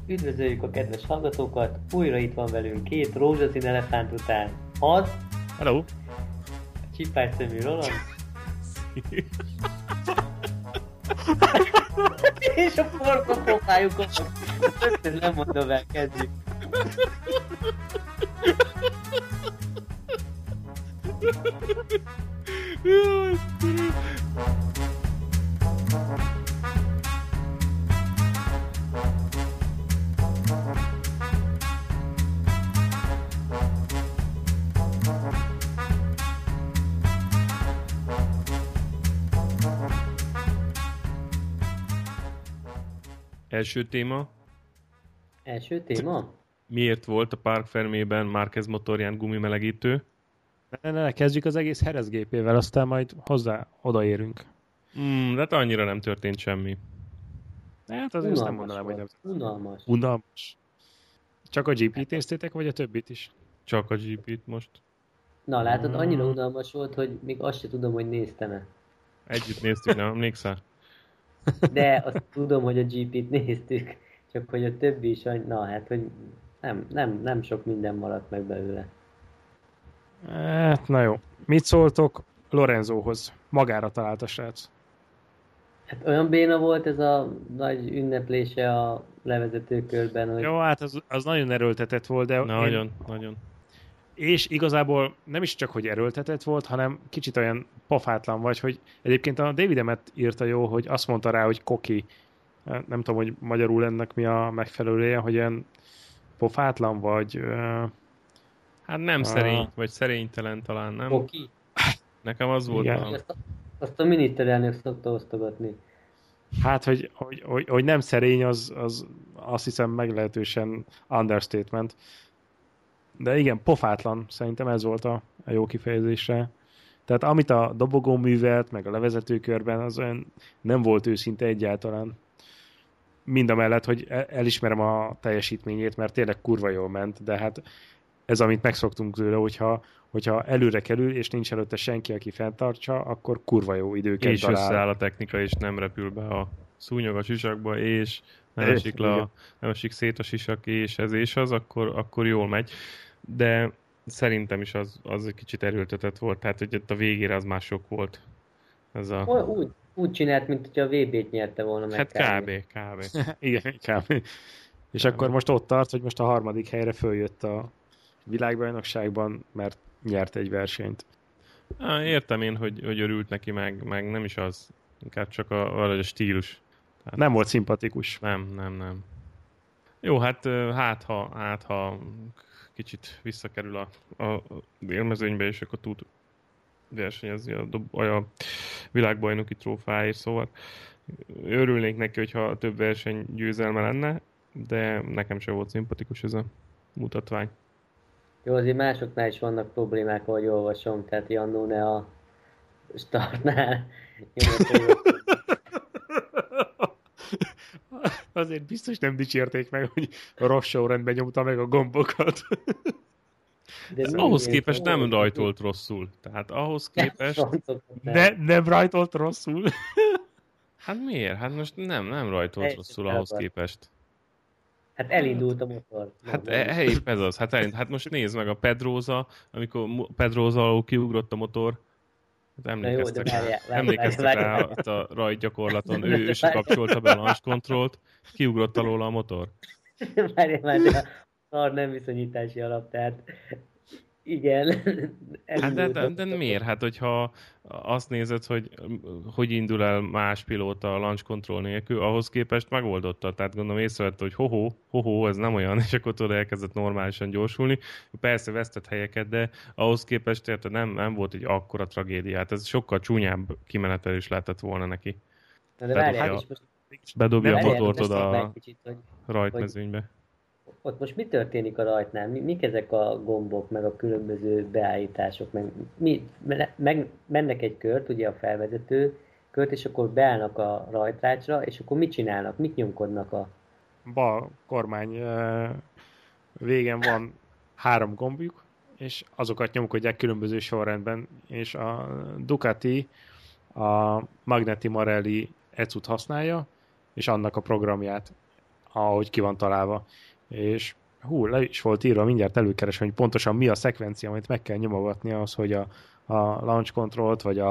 Üdvözöljük a kedves hallgatókat! Újra itt van velünk két rózsaszín elefánt után. Az... Hello! A csipás szemű Roland. És a forgópofájukon. Összes nem mondom el, kezdjük. Első téma. Első téma? Miért volt a Park Fermében Márquez motorján gumimelegítő? Ne, kezdjük az egész herezgépével, aztán majd hozzá odaérünk. De hát annyira nem történt semmi. Hát azért nem mondanám, hogy nem. Unalmas. Csak a GP-t néztétek, vagy a többit is? Csak a GP-t most. Na látod, annyira unalmas volt, hogy még azt se tudom, hogy néztem-e. Együtt néztük, nem emlékszel? De azt tudom, hogy a GP-t néztük, csak hogy a többi is, na hát, hogy nem sok minden maradt meg belőle. Hát, na jó. Mit szóltok Lorenzóhoz? Magára talált a srác. Hát olyan béna volt ez a nagy ünneplése a levezetőkörben, hogy... Jó, hát az nagyon erőltetett volt, de... Nagyon. És igazából nem is csak, hogy erőltetett volt, hanem kicsit olyan pofátlan vagy, hogy egyébként a David Emmett írta jó, hogy azt mondta rá, hogy koki. Nem tudom, hogy magyarul ennek mi a megfelelője, hogy ilyen pofátlan vagy... Hát nem szerény, vagy szerénytelen talán, nem? Koki? Nekem az volt. Azt a miniszterelnök szokta osztogatni. Hát, hogy nem szerény, az azt hiszem meglehetősen understatement. De igen, pofátlan, szerintem ez volt a jó kifejezésre. Tehát amit a dobogón művelt, meg a levezetőkörben, az olyan nem volt őszinte egyáltalán. Mindamellett, hogy elismerem a teljesítményét, mert tényleg kurva jól ment, de hát ez, amit megszoktunk tőle, hogyha előre kerül, és nincs előtte senki, aki fenntartsa, akkor kurva jó időket és darál. És összeáll a technika, és nem repül be a szúnyog a sisakba, és nem esik szét a sisak, és ez és az, akkor jól megy. De szerintem is az egy kicsit erőltetett volt, tehát hogy ott a végére az már sok volt. Ez Úgy csinált, mint hogyha a VB-t nyerte volna meg. Hát kb. Igen, kb. És akkor most ott tart, hogy most a harmadik helyre följött a világbajnokságban, mert nyert egy versenyt. Értem én, hogy örült neki, meg nem is az, inkább csak valahogy a stílus. Tehát nem volt szimpatikus. Nem. Jó, hát ha kicsit visszakerül a élmezőnybe, és akkor tud versenyezni a világbajnoki trófáért, szóval örülnék neki, hogyha több verseny győzelme lenne, de nekem sem volt szimpatikus ez a mutatvány. Jó, azért másoknál is vannak problémák, ahogy olvasom, tehát Jannó ne a startnál. Azért biztos nem dicsérték meg, hogy rossz sorrendben nyomta meg a gombokat. Ahhoz képest nem rajtolt rosszul. Tehát ahhoz képest... De nem rajtolt rosszul? Hát miért? Hát most nem rajtolt rosszul ahhoz képest. Hát elindult a motor. Hát épp ez az. Hát most nézd meg a Pedrosa, amikor Pedrosa alól kiugrott a motor. Emlékeztek rá itt a rajt gyakorlaton. Ő se kapcsolta be a launch controlt, kiugrott alól a motor. Várj, de a nem viszonyítási alap, tehát igen. Hát de miért? Hát hogyha azt nézed, hogy indul el más pilóta a launch control nélkül, ahhoz képest megoldotta. Tehát gondolom észrevette, hogy hoho, ez nem olyan, és akkor oda elkezdett normálisan gyorsulni. Persze vesztett helyeket, de ahhoz képest érted, nem volt egy akkora tragédia. Hát ez sokkal csúnyább kimenetelés lehetett volna neki. De várjál, bedobja a motort oda a rajtmezőnybe. Ott most mi történik a rajtnál? Mik ezek a gombok, meg a különböző beállítások? Mennek egy kört, ugye a felvezető kört, és akkor beállnak a rajtrácsra, és akkor mit csinálnak? Mit nyomkodnak a... Bal kormány végen van 3 gombjuk, és azokat nyomkodják különböző sorrendben, és a Ducati a Magneti Marelli Ecut használja, és annak a programját. ahogy ki van találva. És le is volt írva, mindjárt előkeresem, hogy pontosan mi a szekvencia, amit meg kell nyomogatni ahhoz, hogy a launch controlt, vagy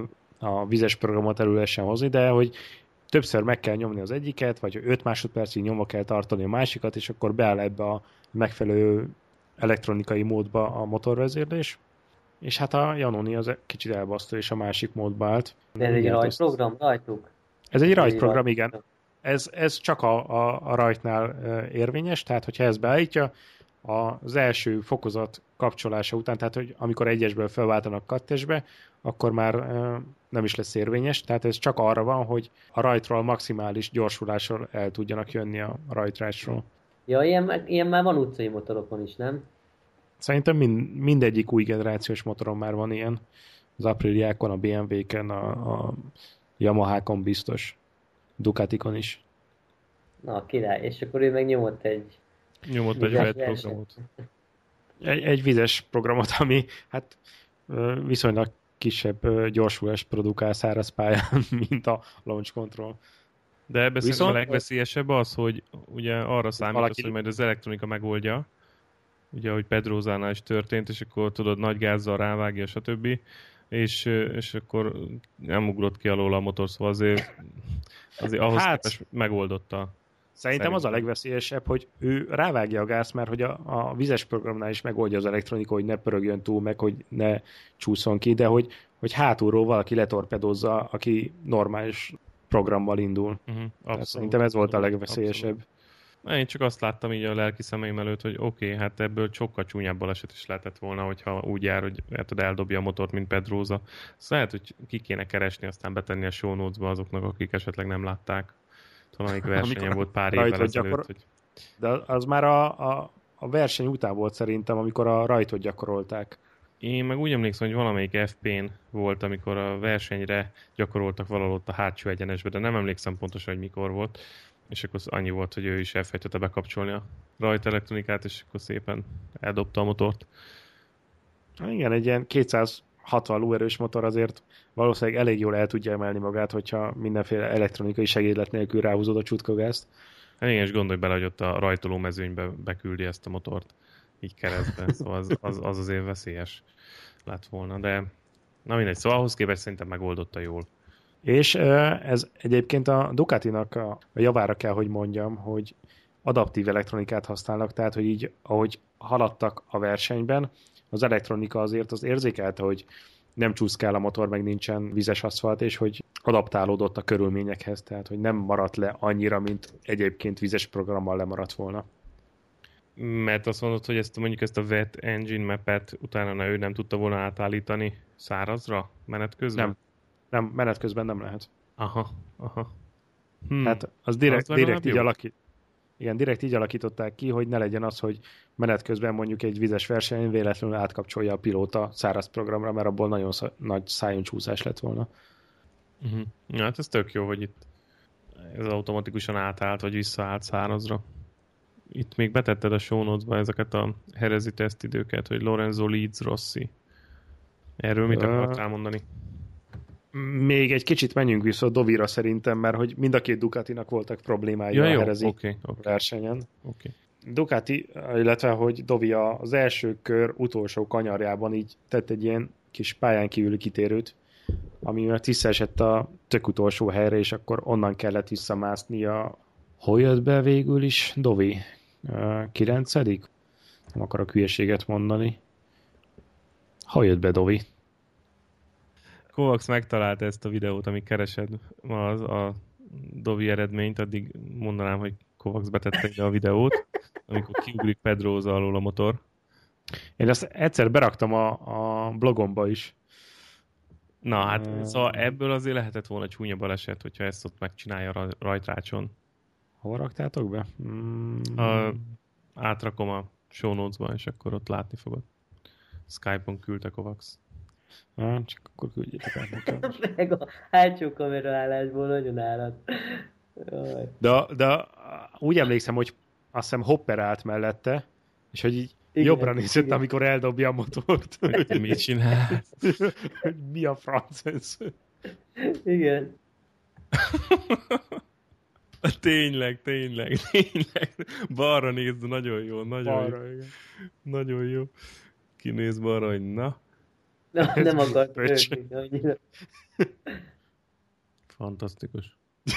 a vizes programot elő lehessen hozni, de hogy többször meg kell nyomni az egyiket, vagy 5 másodpercig nyomva kell tartani a másikat, és akkor beáll ebbe a megfelelő elektronikai módba a motorvezérlés. És hát a Janoni az kicsit elbasztó, és a másik módba állt. De ez egy rajtprogram rajtuk? Ez egy rajtprogram, igen. Ez csak a rajtnál érvényes, tehát hogyha ezt beállítja, az első fokozat kapcsolása után, tehát hogy amikor egyesből felváltanak kettesbe, akkor már nem is lesz érvényes, tehát ez csak arra van, hogy a rajtról maximális gyorsulással el tudjanak jönni a rajtrásról. Ja, ilyen már van utcai motorokon is, nem? Szerintem mindegyik új generációs motoron már van ilyen. Az Apriliákon, a BMW-ken, a Yamahákon biztos. Ducatikon is. Na, király. És akkor ő meg nyomott egy rajtprogramot. Egy vizes programot, ami hát viszonylag kisebb gyorsulást produkál száraz pályán, mint a launch control. De ebben szerintem a legveszélyesebb az, hogy ugye arra számítasz, hogy majd az elektronika megoldja, ugye, ahogy Pedrózánál is történt, és akkor tudod, nagy gázzal rávágja, stb. És akkor nem ugrott ki alól a motor, szóval azért ahhoz képest megoldotta. Szerintem az a legveszélyesebb, hogy ő rávágja a gáz, mert hogy a vizes programnál is megoldja az elektronika, hogy ne pörögjön túl, meg hogy ne csúszson ki, de hogy hátulról valaki letorpedozza, aki normális programmal indul. Szerintem ez volt a legveszélyesebb. Abszolút. Én csak azt láttam így a lelki szemeim előtt, hogy oké, hát ebből sokkal csúnyább baleset is lehetett volna, hogyha úgy jár, hogy eldobja a motort, mint Pedrosa. Szóval lehet, hogy ki kéne keresni, aztán betenni a show notes-ba azoknak, akik esetleg nem látták. Valamelyik versenyen volt pár évvel ezelőtt. Hogy... De az már a verseny után volt szerintem, amikor a rajtot gyakorolták. Én meg úgy emlékszem, hogy valamelyik FP-n volt, amikor a versenyre gyakoroltak valahol ott a hátsó egyenesbe, de nem emlékszem pontosan, hogy mikor volt. És akkor annyi volt, hogy ő is elfejtette bekapcsolni a rajt elektronikát, és akkor szépen eldobta a motort. Igen, egy ilyen 260 lóerős motor azért valószínűleg elég jól el tudja emelni magát, hogyha mindenféle elektronikai segédlet nélkül ráhúzod a csutkagázt. Hát igen, és gondolj bele, hogy ott a rajtoló mezőnybe beküldi ezt a motort így keresztbe, szóval az azért veszélyes lett volna, de na mindegy, szóval ahhoz képest szerintem megoldotta jól. És ez egyébként a Ducatinak a javára kell, hogy mondjam, hogy adaptív elektronikát használnak, tehát hogy így, ahogy haladtak a versenyben, az elektronika azért az érzékelte, hogy nem csúszkál a motor, meg nincsen vizes aszfalt, és hogy adaptálódott a körülményekhez, tehát hogy nem maradt le annyira, mint egyébként vizes programmal lemaradt volna. Mert azt mondod, hogy mondjuk ezt a wet engine mapet utána ő nem tudta volna átállítani szárazra menet közben? Nem, menet közben nem lehet. Aha. Hát az direkt így alakították ki, hogy ne legyen az, hogy menet közben mondjuk egy vizes versenyen véletlenül átkapcsolja a pilóta száraz programra, mert abból nagyon nagy szájon csúszás lett volna. Ja, hát ez tök jó, hogy itt ez automatikusan átállt, vagy visszaállt szárazra. Itt még betetted a show notes-ba ezeket a herezi tesztidőket, hogy Lorenzo Leeds Rossi. Erről mit akartál mondani? Még egy kicsit menjünk vissza a Dovira szerintem, mert hogy mind a két Ducatinak voltak problémái a herezi versenyen. Ducati, illetve hogy Dovi az első kör utolsó kanyarjában így tett egy ilyen kis pályán kívüli kitérőt, ami mert visszaesett a tök utolsó helyre, és akkor onnan kellett visszamásznia. Hol jött be végül is Dovi? 9. Nem akarok hülyeséget mondani. Hol jött be Dovi? Kovacs megtalálta ezt a videót, amíg keresed a Dovi eredményt, addig mondanám, hogy Kovacs betette ide a videót, amikor kiugrik Pedrosa alól a motor. Én ezt egyszer beraktam a blogomba is. Na hát, szóval ebből azért lehetett volna csúnya baleset, hogyha ezt ott megcsinálja a rajtrácson. Hol raktátok be? Átrakom a show notes-ba, és akkor ott látni fogod. Skype-on küldte Kovacs. Csak akkor küldjétek át nekem. Meg a hátsó kameraállásból nagyon állat. De úgy emlékszem, hogy azt hiszem Hopper állt mellette, és hogy így igen, jobbra nézett, igen, amikor eldobja a motort. Hogy mit csinál? Hogy mi a franc ez? Igen. Tényleg. Balra nézd, nagyon jó. Balra, igen. Nagyon jó. Kinéz balra, hogy na. Nem akart rögni annyira. Fantasztikus.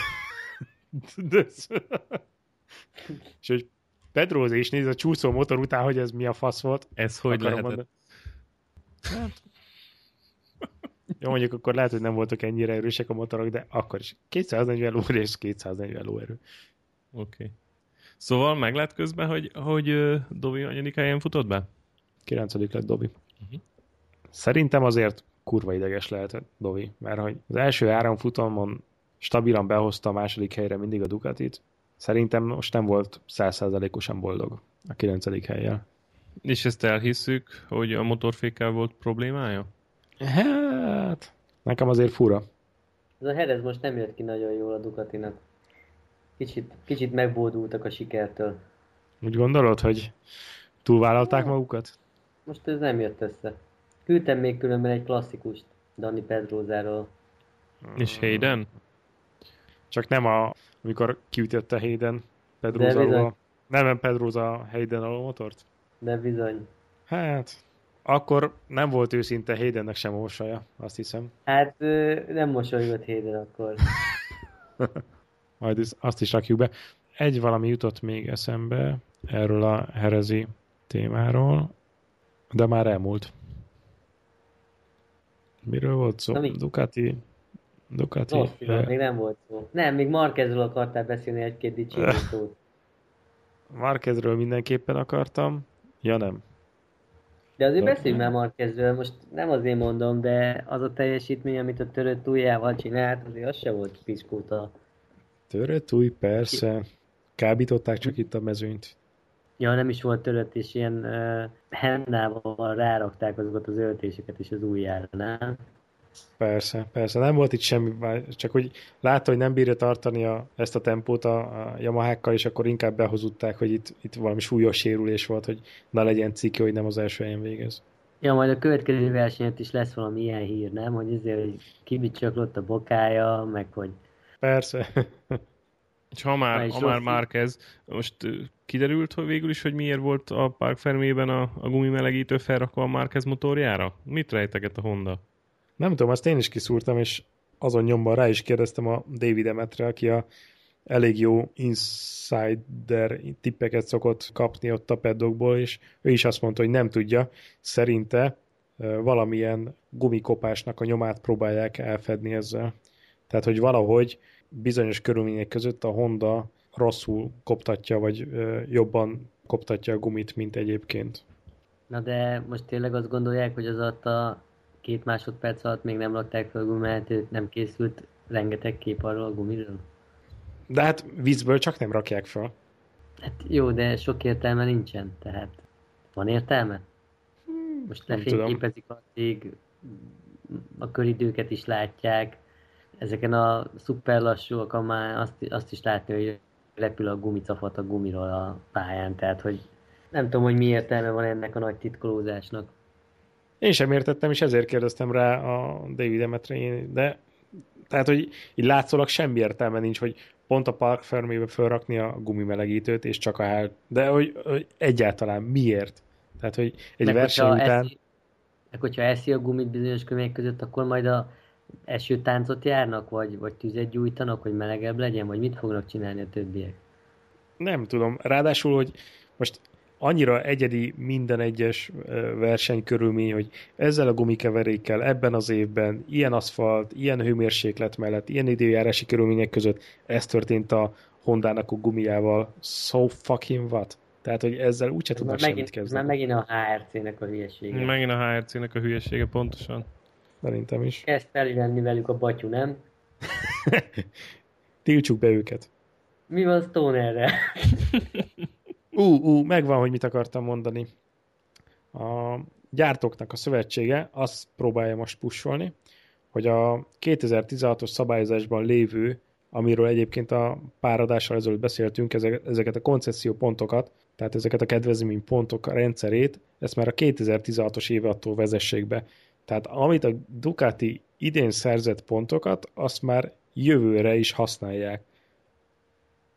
És hogy Pedróza is néz a csúszó motor után, hogy ez mi a fasz volt. Ez hogy lehetett? Hát. Jó, mondjuk akkor lehet, hogy nem voltak ennyire erősek a motorok, de akkor is 240 lóerő és 240 lóerő. Oké. Szóval meg lett közben, hogy Dovi anyadik helyen futott be? 9. lett Dovi. Szerintem azért kurva ideges lehetett Dovi, mert hogy az első 3 futamon stabilan behozta a második helyre mindig a Ducatit. Szerintem most nem volt 100%-osan boldog a 9. hellyel. És ezt elhisszük, hogy a motorfékkel volt problémája? Hát, nekem azért fura. Ez a Jerez most nem jött ki nagyon jól a Ducatinak. Kicsit megbódultak a sikertől. Úgy gondolod, hogy túlvállalták magukat? Most ez nem jött össze. Küldtem még különben egy klasszikust Dani Pedrozáról. És Hayden? Csak nem amikor kiütötte Hayden Pedroza. Nem Pedroza Hayden alól motort? De bizony. Hát, akkor nem volt őszinte Haydennek sem a mosolya, azt hiszem. Hát nem mosolygott Hayden akkor. Majd azt is rakjuk be. Egy valami jutott még eszembe erről a Jerezi témáról, de már elmúlt. Miről volt szó? Ducati. Rossz, még nem volt szó. Nem, még Marquezről akartál beszélni egy-két dicsérő szót. Marquezről mindenképpen akartam. Ja, nem. De azért beszéljünk már Marquezről, most nem azért mondom, de az a teljesítmény, amit a törött ujjával csinált, azért az se volt piszkóta. Törött új, persze. Kábították csak itt a mezőnyt. Ja, nem is volt törött, és ilyen hennával rárakták azokat az öltéseket is az ujjára, nem? Persze. Nem volt itt semmi, csak hogy látta, hogy nem bírja tartani ezt a tempót a Yamahákkal, és akkor inkább behozudták, hogy itt valami súlyos sérülés volt, hogy ne legyen ciki, hogy nem az első helyen végez. Ja, majd a következő versenyt is lesz valami ilyen hír, nem? Hogy azért, hogy kibicsaklott a bokája, meg hogy... Persze. És ha már Márquez, most kiderült, hogy végül is, hogy miért volt a Parc Fermében a gumimelegítő felrakva a Márquez motorjára? Mit rejteget a Honda? Nem tudom, azt én is kiszúrtam, és azon nyomban rá is kérdeztem a David Emetre, aki elég jó insider tippeket szokott kapni ott a paddockból, és ő is azt mondta, hogy nem tudja. Szerinte valamilyen gumikopásnak a nyomát próbálják elfedni ezzel. Tehát, hogy valahogy bizonyos körülmények között a Honda rosszul koptatja, vagy jobban koptatja a gumit, mint egyébként. Na de most tényleg azt gondolják, hogy az alatt a 2 másodperc alatt még nem lakták fel a gumimeltőt, nem készült rengeteg kép arról a gumiről? De hát vízből csak nem rakják fel. Hát jó, de sok értelme nincsen, tehát van értelme? Most lefényképezik addig, a köridőket is látják, ezeken a szuper lassúakon már azt is látni, hogy repül a gumicafat a gumiról a pályán, tehát hogy nem tudom, hogy mi értelme van ennek a nagy titkolózásnak. Én sem értettem, és ezért kérdeztem rá a David Emetre, de tehát, hogy így látszólag semmi értelme nincs, hogy pont a Parc Fermébe felrakni a gumimelegítőt, és csak de hogy egyáltalán miért? Tehát, hogy egy verseny után... hogyha eszi a gumit bizonyos körülmények között, akkor majd a esőtáncot járnak, vagy tüzet gyújtanak, hogy melegebb legyen, vagy mit fognak csinálni a többiek? Nem tudom. Ráadásul, hogy most annyira egyedi minden egyes versenykörülmény, hogy ezzel a gumikeverékkel ebben az évben, ilyen aszfalt, ilyen hőmérséklet mellett, ilyen időjárási körülmények között ez történt a Hondának a gumiával. So fucking what? Tehát, hogy ezzel úgyse tudnak semmit kezdeni. Már megint a HRC-nek a hülyesége. Megint a HRC-nek a hülyesége, pontosan. Szerintem is. Kezd felvenni velük a batyú, nem? Tiltsuk be őket. Mi van Stonerre? Megvan, hogy mit akartam mondani. A gyártóknak a szövetsége azt próbálja most pusolni, hogy a 2016-os szabályozásban lévő, amiről egyébként a pár adással ezelőtt beszéltünk, ezeket a koncessziópontokat, tehát ezeket a kedvezménypontok rendszerét, ezt már a 2016-os éve attól vezessék be. Tehát amit a Ducati idén szerzett pontokat, azt már jövőre is használják.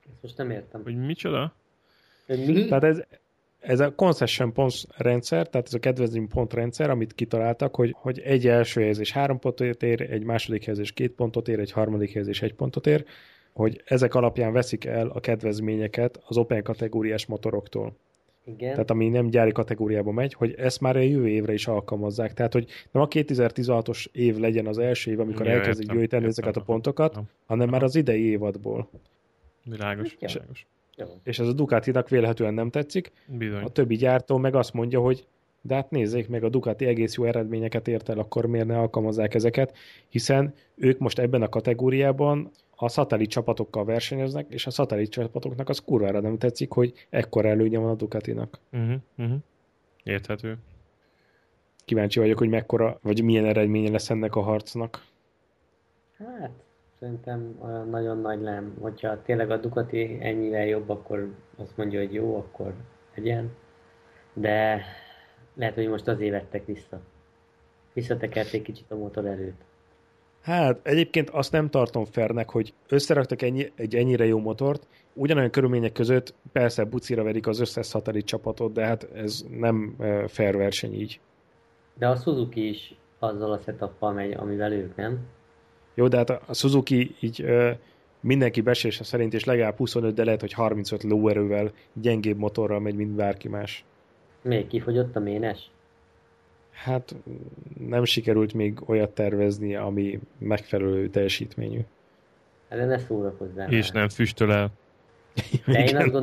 Ezt most nem értem. Hogy micsoda? Mi? Tehát ez a concession points rendszer, tehát ez a kedvezménypont rendszer, amit kitaláltak, hogy egy első helyezés 3 pontot ér, egy második helyezés 2 pontot ér, egy harmadik helyezés 1 pontot ér, hogy ezek alapján veszik el a kedvezményeket az Open kategóriás motoroktól. Igen. Tehát ami nem gyári kategóriába megy, hogy ezt már a jövő évre is alkalmazzák. Tehát, hogy nem a 2016-os év legyen az első év, amikor elkezdik gyűjteni ezeket a pontokat, hanem már az idei évadból. Világos. És ez a Ducatinak vélhetően nem tetszik. Bizony. A többi gyártó meg azt mondja, hogy de hát nézzék meg, a Ducati egész jó eredményeket ért el, akkor miért ne alkalmazzák ezeket, hiszen ők most ebben a kategóriában a szatellit csapatokkal versenyeznek, és a szatellit csapatoknak az kurvára nem tetszik, hogy ekkora előnye van a Ducatinak. Érthető. Kíváncsi vagyok, hogy mekkora, vagy milyen eredménye lesz ennek a harcnak. Hát, szerintem olyan nagyon nagy nem. Hogyha tényleg a Ducati ennyire jobb, akkor azt mondja, hogy jó, akkor legyen. De lehet, hogy most azért vettek vissza. Visszatekerték kicsit a motorerőt. Hát egyébként azt nem tartom fairnek, hogy összeraktak egy ennyire jó motort, ugyanolyan körülmények között persze bucira verik az összes szatellit csapatot, de hát ez nem fair verseny így. De a Suzuki is azzal a setuppal megy, amivel ők, nem? Jó, de hát a Suzuki így mindenki besése szerint, és legalább 25, de lehet, hogy 35 lóerővel, gyengébb motorral megy, mint bárki más. Még kifogyott a ménes? Hát nem sikerült még olyat tervezni, ami megfelelő teljesítményű. Hát de ne szórakozzál. És nem füstöl el. De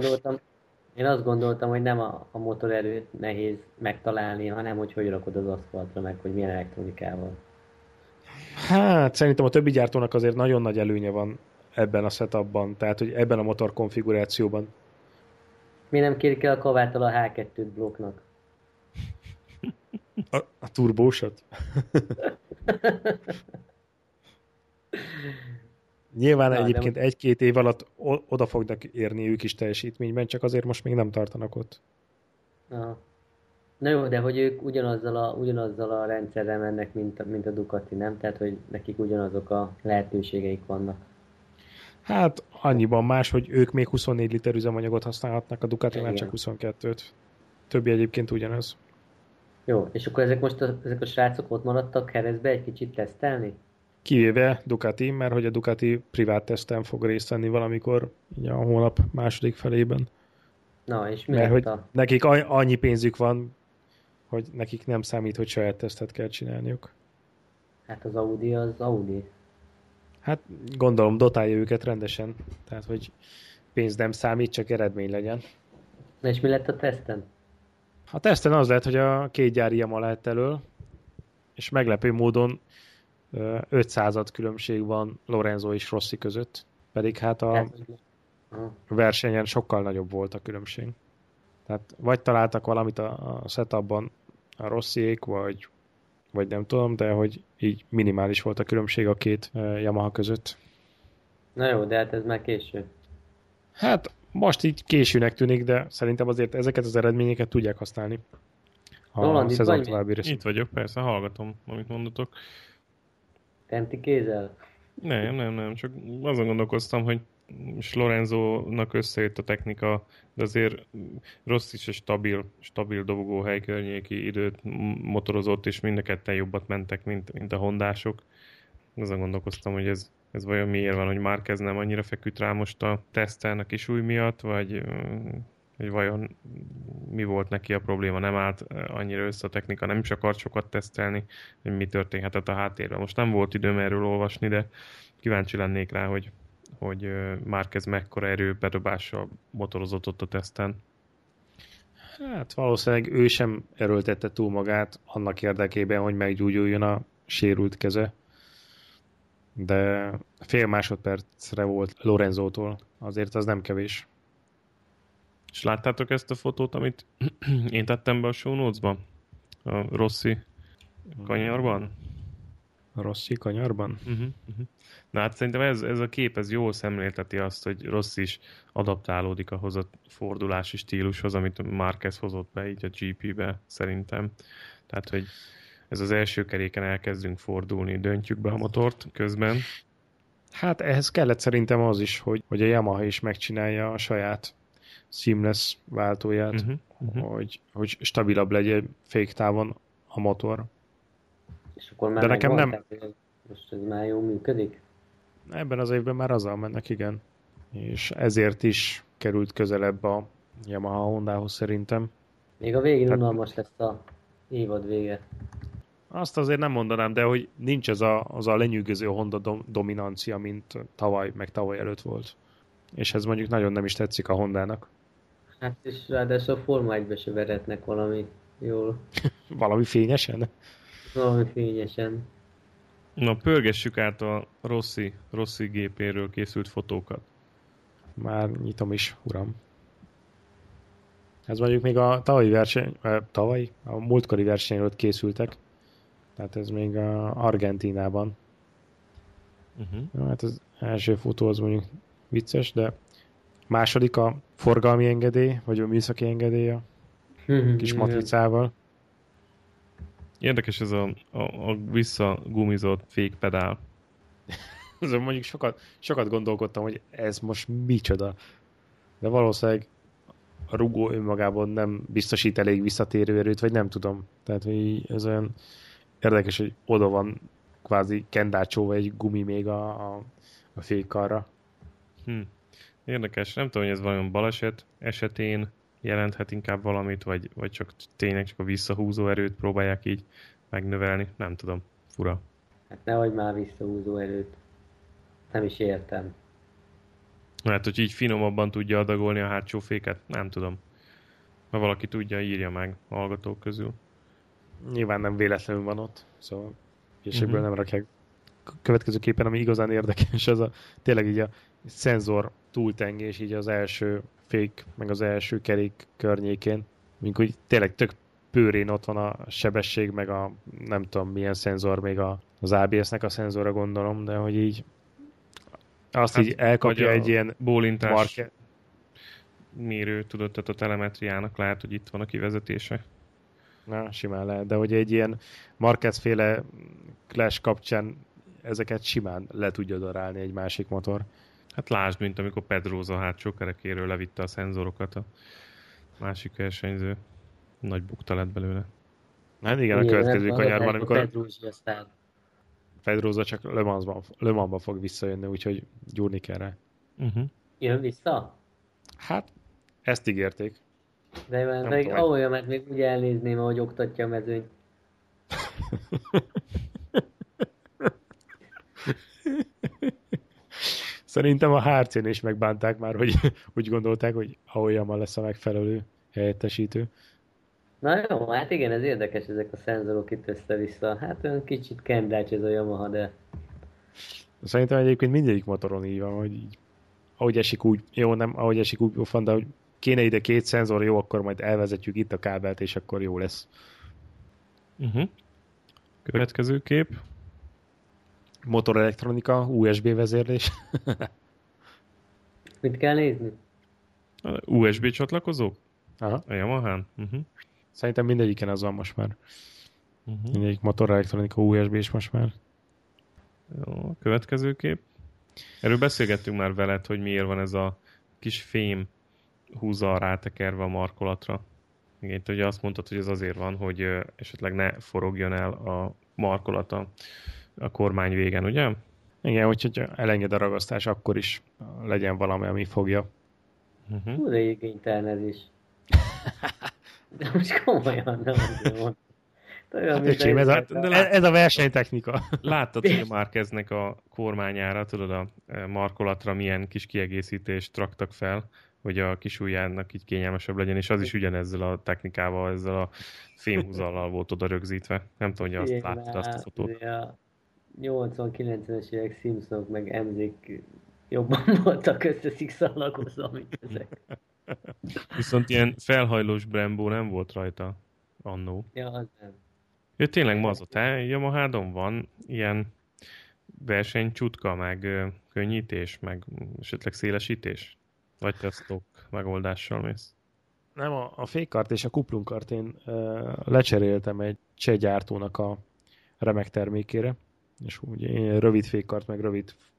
én azt gondoltam, hogy nem a motorerőt nehéz megtalálni, hanem hogy rakod az aszfaltra, meg hogy milyen elektronikával. Hát szerintem a többi gyártónak azért nagyon nagy előnye van ebben a setupban, tehát hogy ebben a motor konfigurációban. Mi nem kérik el a kavától a H2 blokknak? A turbósat? Nyilván egyébként 1-2 év alatt oda fognak érni ők is teljesítményben, csak azért most még nem tartanak ott. Aha. Na jó, de hogy ők ugyanazzal a rendszerrel mennek, mint a Ducati, nem? Tehát, hogy nekik ugyanazok a lehetőségeik vannak. Hát annyiban más, hogy ők még 24 liter üzemanyagot használhatnak, a Ducati már csak 22-t. Többi egyébként ugyanaz. Jó, és akkor ezek a srácok ott maradtak Jerezbe egy kicsit tesztelni? Kivéve Ducati, mert hogy a Ducati privát teszten fog részt venni valamikor a hónap második felében. Na, és mi mert hogy a... nekik annyi pénzük van, hogy nekik nem számít, hogy saját tesztet kell csinálniuk. Hát az Audi. Hát gondolom dotálja őket rendesen, tehát hogy pénz nem számít, csak eredmény legyen. Na és mi lett a teszten? A teszten az lett, hogy a két gyári Yamaha lett elől, és meglepő módon 500 különbség van Lorenzo és Rossi között, pedig hát a versenyen sokkal nagyobb volt a különbség. Tehát vagy találtak valamit a setupban a Rossiék, vagy nem tudom, de hogy így minimális volt a különbség a két Yamaha között. Na jó, de hát ez már késő. Hát most így későnek tűnik, de szerintem azért ezeket az eredményeket tudják használni. A szezon további rész. Itt vagyok, persze, hallgatom, amit mondatok. Tenti kézzel? Nem, csak azon gondolkoztam, hogy és Lorenzónak összejött a technika, de azért rossz is egy stabil dobogóhely környéki időt motorozott, és mind a ketten jobbat mentek, mint a hondások. Azon gondolkoztam, hogy ez vajon miért van, hogy Márquez nem annyira feküdt rá most a teszten a kisúly miatt, vagy vajon mi volt neki a probléma, nem állt annyira össze a technika, nem is akart sokat tesztelni, hogy mi történhetett a háttérben. Most nem volt időm erről olvasni, de kíváncsi lennék rá, hogy Márquez mekkora erőbedobással motorozott ott a teszten. Hát valószínűleg ő sem erőltette túl magát annak érdekében, hogy meggyógyuljon a sérült keze. De fél másodpercre volt Lorenzótól, azért az nem kevés. És láttátok ezt a fotót, amit én tettem be a show notes-ba? A Rossi kanyarban? A Rossi kanyarban? Na hát szerintem ez a kép ez jól szemlélteti azt, hogy Rossi is adaptálódik ahhoz a fordulási stílushoz, amit Márquez hozott be így a GP-be szerintem. Tehát, hogy ez az első keréken elkezdünk fordulni, döntjük be a motort közben. Hát ehhez kellett szerintem az is, hogy a Yamaha is megcsinálja a saját seamless váltóját, hogy stabilabb legyen féktávon a motor. És akkor már de nekem nem. Tehát, most ez már jól működik? Ebben az évben már azzal mennek, igen. És ezért is került közelebb a Yamaha Hondához szerintem. Még a végén unalmas lesz a évad vége. Azt azért nem mondanám, de hogy nincs az a lenyűgöző Honda dominancia, mint tavaly, meg tavaly előtt volt. És ez mondjuk nagyon nem is tetszik a Hondának. Hát és ráadásul a Forma 1-be se veretnek valami jól. Valami fényesen? Valami fényesen. Na, pörgessük át a Rossi gépéről készült fotókat. Már nyitom is, uram. Ez mondjuk még a a múltkori verseny előtt készültek. Tehát ez még a Argentínában. Hát az első fotó az mondjuk vicces, de második a forgalmi engedély, vagy a műszaki engedély a kis matricával. Érdekes ez a visszagumizott fékpedál. Azon mondjuk sokat gondolkodtam, hogy ez most micsoda. De valószínűleg a rugó önmagában nem biztosít elég visszatérő erőt, vagy nem tudom. Tehát hogy ez olyan érdekes, hogy oda van kvázi kendácsóva egy gumi még a fékkarra. Érdekes. Nem tudom, hogy ez valami baleset esetén jelenthet inkább valamit, vagy csak tényleg csak a visszahúzó erőt próbálják így megnövelni. Nem tudom. Fura. Hát nehogy már visszahúzó erőt. Nem is értem. Hát, hogy így finomabban tudja adagolni a hátsó féket? Nem tudom. Ha valaki tudja, írja meg a hallgatók közül. Nyilván nem véletlenül van ott, szóval készségből nem rakják. Következőképpen, ami igazán érdekes, az tényleg így a szenzor túltengés így az első fék, meg az első kerék környékén. Mint hogy tényleg tök pőrén ott van a sebesség, meg a nem tudom milyen szenzor, még az ABS-nek a szenzora gondolom, de hogy így azt hát, így elkapja egy ilyen bólintás mérő, tudod, tehát a telemetriának lehet, hogy itt van a kivezetése. Na, simán lehet, de hogy egy ilyen Marquez-féle Clash kapcsán ezeket simán le tudja darálni egy másik motor. Hát lásd, mint amikor Pedrosa hátsó kerekéről levitte a szenzorokat a másik versenyző. Nagy bukta lett belőle. Hát igen, a következő kanyarban, amikor Pedrosa csak Le Mansban fog visszajönni, úgyhogy gyúrni kell rá. Jön vissza? Hát, ezt ígérték. De még ahol mert még úgy elnézném, ahogy oktatja a mezőnyt. Szerintem a HRC-n is megbánták már, hogy úgy gondolták, hogy Aoyama lesz a megfelelő helyettesítő. Na jó, hát igen, ez érdekes, ezek a szenzorok itt össze-vissza. Hát olyan kicsit kendács ez a Yamaha, de... Szerintem egyébként mindegyik motoron így van, hogy így, ahogy esik úgy, jó, nem, ahogy esik úgy van, de hogy kéne ide 2 szenzor, jó, akkor majd elvezetjük itt a kábelt, és akkor jó lesz. Következő kép. Motorelektronika, USB vezérlés. Mit kell nézni? USB csatlakozók? Aha. A Yamahán? Szerintem mindegyiken az van most már. Mindegyik motorelektronika USB is most már. Jó, következő kép. Erről beszélgettünk már veled, hogy miért van ez a kis fém húza rátekerve a markolatra. Igen, ugye azt mondtad, hogy ez azért van, hogy esetleg ne forogjon el a markolata a kormány végen, ugye? Igen, úgyhogy elenged a ragasztás, akkor is legyen valami, ami fogja. Hú, de igénytelen ez is. De most komolyan nem mondom. Hát öcsém, ez a versenytechnika. Láttad, hogy a Marqueznek a kormányára, tudod, a markolatra milyen kis kiegészítést raktak fel, hogy a kis ujjának így kényelmesebb legyen, és az is ugyanezzel a technikával, ezzel a fémhúzallal volt oda rögzítve. Nem tudom, hogy azt láttad azt a fotót. A 80-90-es évek Simpsonok meg emzik jobban voltak összeszikszalagozva, mint ezek. Viszont ilyen felhajlós Brembo nem volt rajta annó. Ja, az nem. Ő tényleg mazott, Yamahádon van ilyen versenycsutka, meg könnyítés, meg esetleg szélesítés? Vagy te stock megoldással mész? Nem, a fékkart és a kuplunkart én lecseréltem egy cseh gyártónak a remek termékére, és úgy én rövid fékkart, meg rövid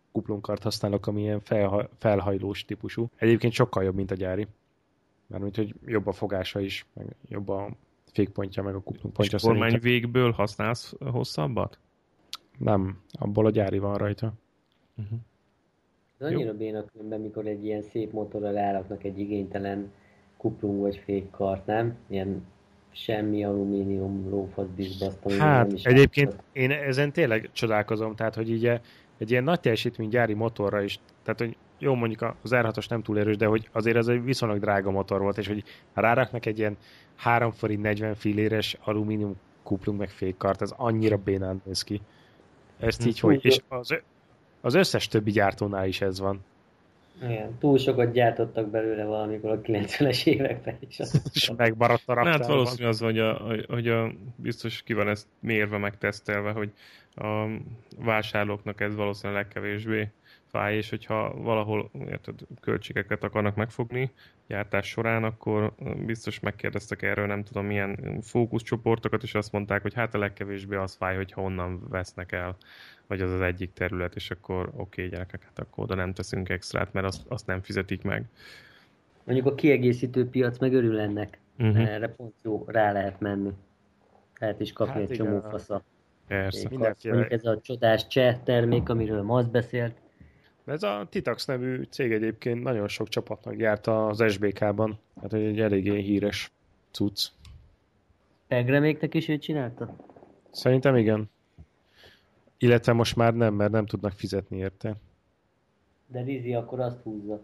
kuplungkart használok, ami ilyen felhajlós típusú. Egyébként sokkal jobb, mint a gyári. Mármint, hogy jobb a fogása is, meg jobb a fékpontja, meg a kuplungpontja. És kormányvégből használsz hosszabbat? Nem, abból a gyári van rajta. Uh-huh. Ez annyira béna különben, mikor egy ilyen szép motorra ráraknak egy igénytelen kuplung vagy fékkart, nem? Ilyen semmi alumínium lófasz bizbaszt. Hát egyébként én ezen tényleg csodálkozom, tehát hogy így egy ilyen nagy teljesítmény gyári motorra is, tehát hogy jó, mondjuk az R6-os nem túl erős, de hogy azért ez egy viszonylag drága motor volt, és hogy ha ráraknak egy ilyen 3 forint 40 filléres alumínium kuplung meg fékkart, ez annyira bénán néz ki. Ezt így hogy, és az összes többi gyártónál is ez van. Igen, túl sokat gyártottak belőle valamikor a 90-es években is. És megmaradt a raktárban. Hát valószínű az van, hogy biztos ki van ezt mérve, megtesztelve, hogy a vásárlóknak ez valószínűleg legkevésbé fáj, és hogyha valahol érted, költségeket akarnak megfogni gyártás során, akkor biztos megkérdeztek erről, nem tudom milyen fókuszcsoportokat, és azt mondták, hogy hát a legkevésbé az fáj, hogyha onnan vesznek el, vagy az az egyik terület, és akkor oké, gyerekek, hát akkor oda nem teszünk extrát, mert azt nem fizetik meg. Mondjuk a kiegészítő piac meg örül ennek. Erre pont jó, rá lehet menni. Lehet is kapni egy csomó fasza. Persze. Mondjuk ez a csodás cseh termék, amiről ma azt beszélt. Ez a Titax nevű cég egyébként nagyon sok csapatnak gyárt az SBK-ban. Hát egy eléggé híres cucc. Pegreméknek is ő csinálta? Szerintem igen. Illetve most már nem, mert nem tudnak fizetni érte. De Rizi akkor azt húzza.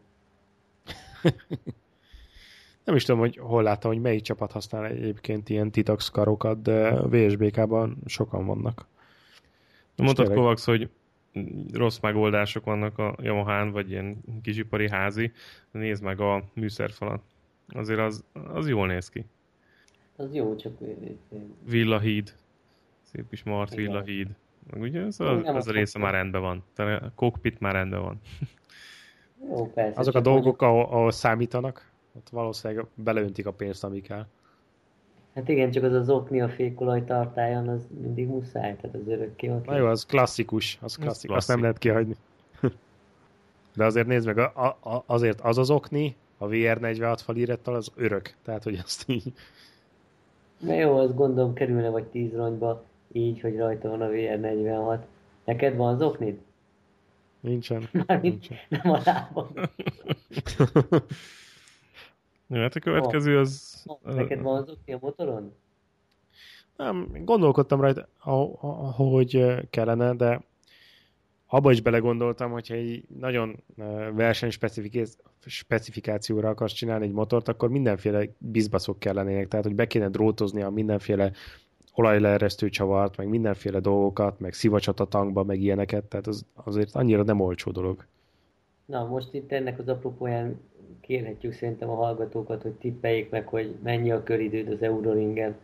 Nem is tudom, hogy hol láttam, hogy melyik csapat használ egyébként ilyen Titax karokat, de VSBK-ban sokan vannak. Mondtad, Kovacs, hogy rossz megoldások vannak a Yamahán, vagy ilyen kisipari házi. Nézd meg a műszerfalat. Azért az jól néz ki. Az jó, csak... Villahíd. Szép kis Mart villahíd. Meg ugye ez a része már rendben van. A cockpit már rendben van. Jó, persze, azok a dolgok, ahol számítanak, ott valószínűleg beleöntik a pénzt, ami kell. Hát igen, csak az okni a fékolaj tartályon, az mindig muszáj, tehát az örökké ott. Na jó, az klasszikus, azt nem lehet kihagyni. De azért nézd meg, azért az okni, a VR46 falirattal az örök, tehát hogy azt így... Na jó, azt gondolom kerülne vagy 10 rongyba, így, hogy rajta van a VR46. Neked van az oknid? Nincsen. Nincsen. Nem a lábam. Hát a következő az... Neked van az okni a motoron? Nem, gondolkodtam rajta, hogy kellene, de abba is belegondoltam, hogyha egy nagyon versenyspecifikációra akarsz csinálni egy motort, akkor mindenféle bizbaszok kellenének, tehát hogy be kéne drótozni a mindenféle olajleeresztő csavart, meg mindenféle dolgokat, meg szivacsot a tankba, meg ilyeneket, tehát az azért annyira nem olcsó dolog. Na, most itt ennek az apropóján kérhetjük szerintem a hallgatókat, hogy tippeljék meg, hogy mennyi a köridőd az Euroringen.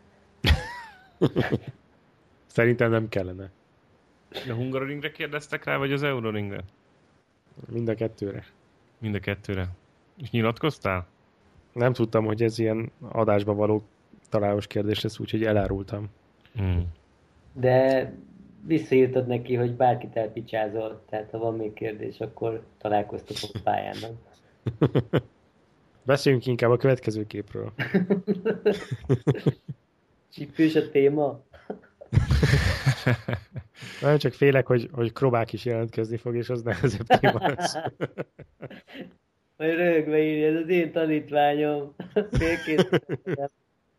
Szerintem nem kellene. A Hungaroringre kérdeztek rá, vagy az Euroringre? Mind a kettőre. Mind a kettőre. És nyilatkoztál? Nem tudtam, hogy ez ilyen adásba való találós kérdés lesz, úgyhogy elárultam. De visszaírtad neki, hogy bárkit elpicsázol, tehát ha van még kérdés, akkor találkoztatok a pályán. Beszéljünk inkább a következő képről. Csípős a téma? Nagyon csak félek, hogy Krobák is jelentkezni fog, és az nehezebb téma lesz. Majd röhögve írja, ez az én tanítványom. Félkészítettem.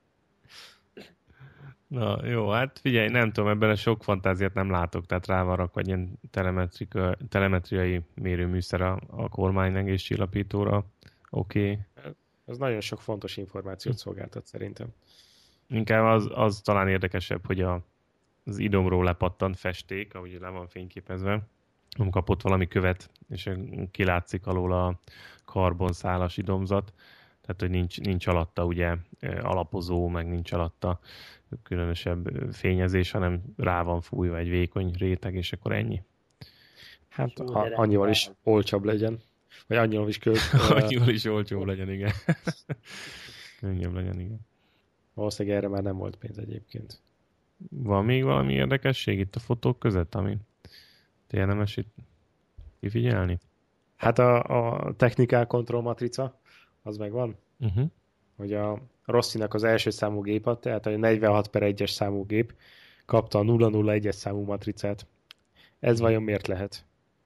Na jó, hát figyelj, nem tudom, ebben sok fantáziát nem látok, tehát rá van rakva egy ilyen telemetriai mérőműszer a kormány egészcsillapítóra. Oké. Ez nagyon sok fontos információt szolgáltat szerintem. Inkább az talán érdekesebb, hogy az idomról lepattant festék, ahogy le van fényképezve, kapott valami követ, és kilátszik alól a karbonszálas idomzat, tehát hogy nincs alatta ugye alapozó, meg nincs alatta különösebb fényezés, hanem rá van fújva egy vékony réteg, és akkor ennyi. Hát annyival is olcsóbb legyen. Vagy annyival is annyival is olcsóbb legyen, igen. Könnyebb legyen, igen. Valószínűleg erre már nem volt pénz egyébként. Van még valami érdekesség itt a fotók között, ami érdemes itt kifigyelni? Hát a technical control matrica, az megvan, hogy a Rossinak az első számú gép, tehát a 46/1-es számú gép kapta a 001-es számú matricát. Ez vajon miért lehet?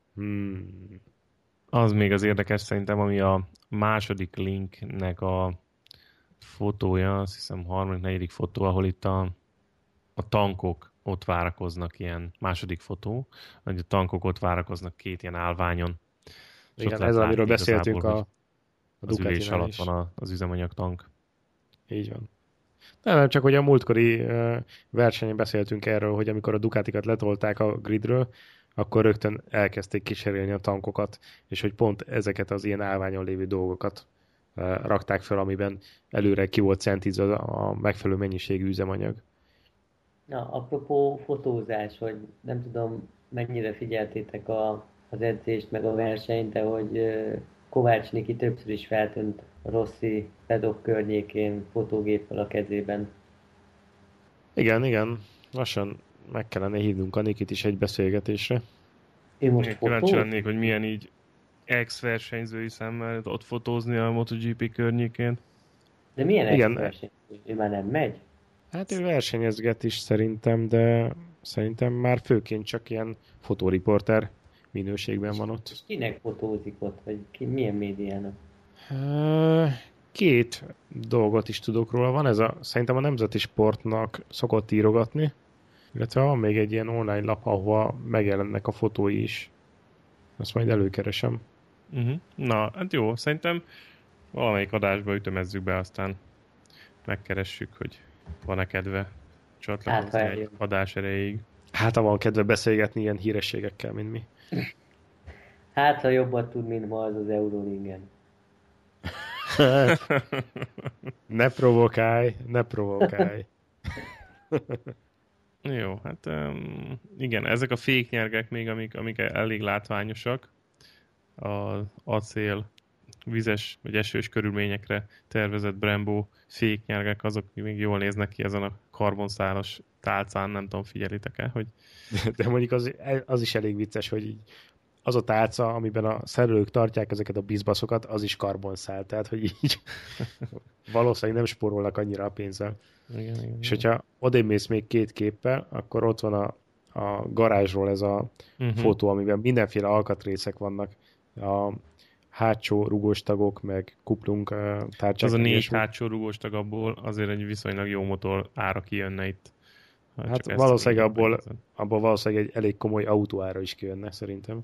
Az még az érdekes szerintem, ami a második linknek a fotója, azt hiszem 3.-4. fotó, ahol itt a tankok ott várakoznak, ilyen második fotó, hogy a tankok ott várakoznak két ilyen állványon. Igen, ez amiről beszéltünk a az ülés alatt van az üzemanyag tank. Így van. Nem, csak hogy a múltkori versenyen beszéltünk erről, hogy amikor a Ducatikat letolták a gridről, akkor rögtön elkezdték kísérelni a tankokat, és hogy pont ezeket az ilyen állványon lévő dolgokat rakták fel, amiben előre ki volt centízve a megfelelő mennyiségű üzemanyag. Na, apropó fotózás, hogy nem tudom, mennyire figyeltétek az edzést, meg a versenyt, de hogy Kovács Niki többször is feltűnt a Rossi pedok környékén fotógéppel a kezében. Igen. Lassan meg kellene hívnunk a Nikit is egy beszélgetésre. Én most kíváncsi lennék, hogy milyen így ex-versenyzői szemmel ott fotózni a MotoGP környékén. De milyen ex-versenyző? Ő már nem megy? Hát ő versenyezget is szerintem, de szerintem már főként csak ilyen fotóriporter minőségben van ott. És kinek fotózik ott, vagy milyen médiának? Két dolgot is tudok róla. Van szerintem a Nemzeti Sportnak szokott írogatni, illetve van még egy ilyen online lap, ahova megjelennek a fotói is. Azt majd előkeresem. Na, hát jó, szerintem valamelyik adásba ütemezzük be, aztán megkeressük, hogy van-e kedve csatlakozni egy adás erejéig. Hát, ha van kedve beszélgetni ilyen hírességekkel, mint mi. Hát, ha jobban tud, mint ma az Eurolingen. Ne provokálj. Jó, hát igen, ezek a féknyergek még, amik elég látványosak. Az acél, vizes vagy esős körülményekre tervezett Brembo féknyergek, azok még jól néznek ki ezen a karbonszálas tálcán, nem tudom, figyelitek-e, hogy... De mondjuk az is elég vicces, hogy így az a tálca, amiben a szerelők tartják ezeket a bizbaszokat, az is karbonszál, tehát hogy így valószínűleg nem spórolnak annyira a pénzzel. Igen. És hogyha odémész még két képpel, akkor ott van a garázsról ez a fotó, amiben mindenféle alkatrészek vannak. A hátsó rugóstagok, meg kuplung tárcsák. Az a 4 hátsó rugóstag, abból azért egy viszonylag jó motor ára kijönne itt. Hát valószínűleg abból valószínűleg egy elég komoly autóára is kijönne, szerintem.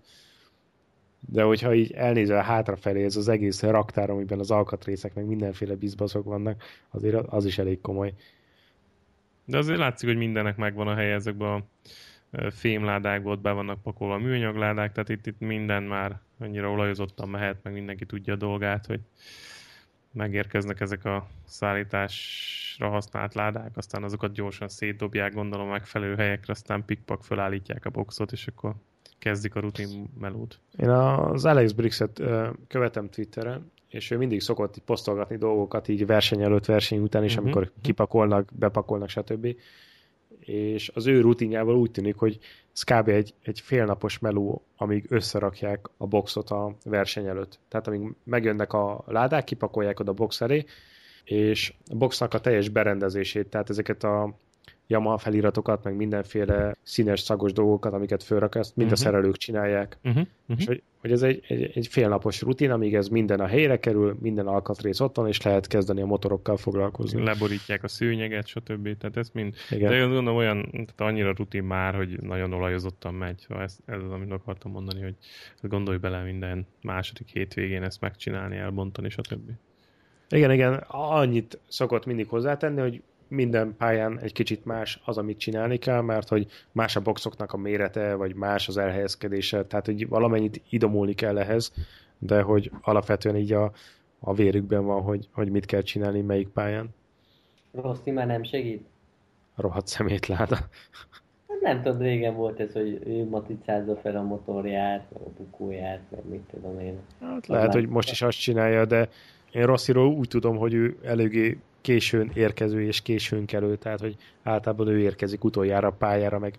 De hogyha így elnézel hátrafelé, ez az egész raktár, amiben az alkatrészek, meg mindenféle bizbaszok vannak, azért az is elég komoly. De azért látszik, hogy mindennek megvan a helye, ezekben a fémládákból be vannak pakolva a műanyagládák, tehát itt minden már annyira olajozottan mehet, meg mindenki tudja a dolgát, hogy megérkeznek ezek a szállításra használt ládák, aztán azokat gyorsan szétdobják, gondolom megfelelő helyekre, aztán pikpak fölállítják a boxot, és akkor kezdik a rutin melót. Én az Alex Briggs-et követem Twitteren, és ő mindig szokott így posztolgatni dolgokat így verseny előtt, verseny után is, amikor kipakolnak, bepakolnak, stb. És az ő rutinjával úgy tűnik, hogy ez kb. egy félnapos meló, amíg összerakják a boxot a verseny előtt. Tehát amíg megjönnek a ládák, kipakolják oda a box elé, és a boxnak a teljes berendezését, tehát ezeket a Yamaha feliratokat, meg mindenféle színes, szagos dolgokat, amiket fölrak, ezt mind a szerelők csinálják. És hogy ez egy félnapos rutin, amíg ez minden a helyre kerül, minden alkatrész ott van, és lehet kezdeni a motorokkal foglalkozni. Leborítják a szőnyeget, stb. Tehát ez mind. Igen. De én gondolom olyan, tehát annyira rutin már, hogy nagyon olajozottan megy. Ez az, amit akartam mondani, hogy gondolj bele minden második hétvégén ezt megcsinálni, elbontani, stb. Igen, annyit szokott mindig hozzátenni, hogy minden pályán egy kicsit más az, amit csinálni kell, mert hogy más a boxoknak a mérete, vagy más az elhelyezkedése, tehát hogy valamennyit idomulni kell ehhez, de hogy alapvetően így a vérükben van, hogy mit kell csinálni, melyik pályán. Rossi már nem segít? Rohadt szemétláda. Nem tudom, régen volt ez, hogy ő matricázza fel a motorját, meg a bukóját, meg mit tudom én. Hát lehet, hogy most is azt csinálja, de én Rossiról úgy tudom, hogy ő eléggé későn érkező és későn kelő, tehát hogy általában ő érkezik utoljára a pályára, meg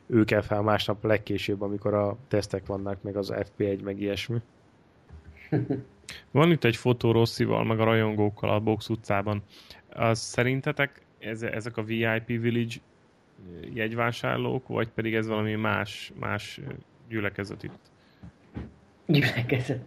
ő kell fel másnap legkésőbb, amikor a tesztek vannak, meg az FP1, meg ilyesmi. Van itt egy fotó Rossival, meg a rajongókkal a Box utcában. Az szerintetek ezek a VIP Village jegyvásárlók, vagy pedig ez valami más gyülekezet itt? Gyülekezet.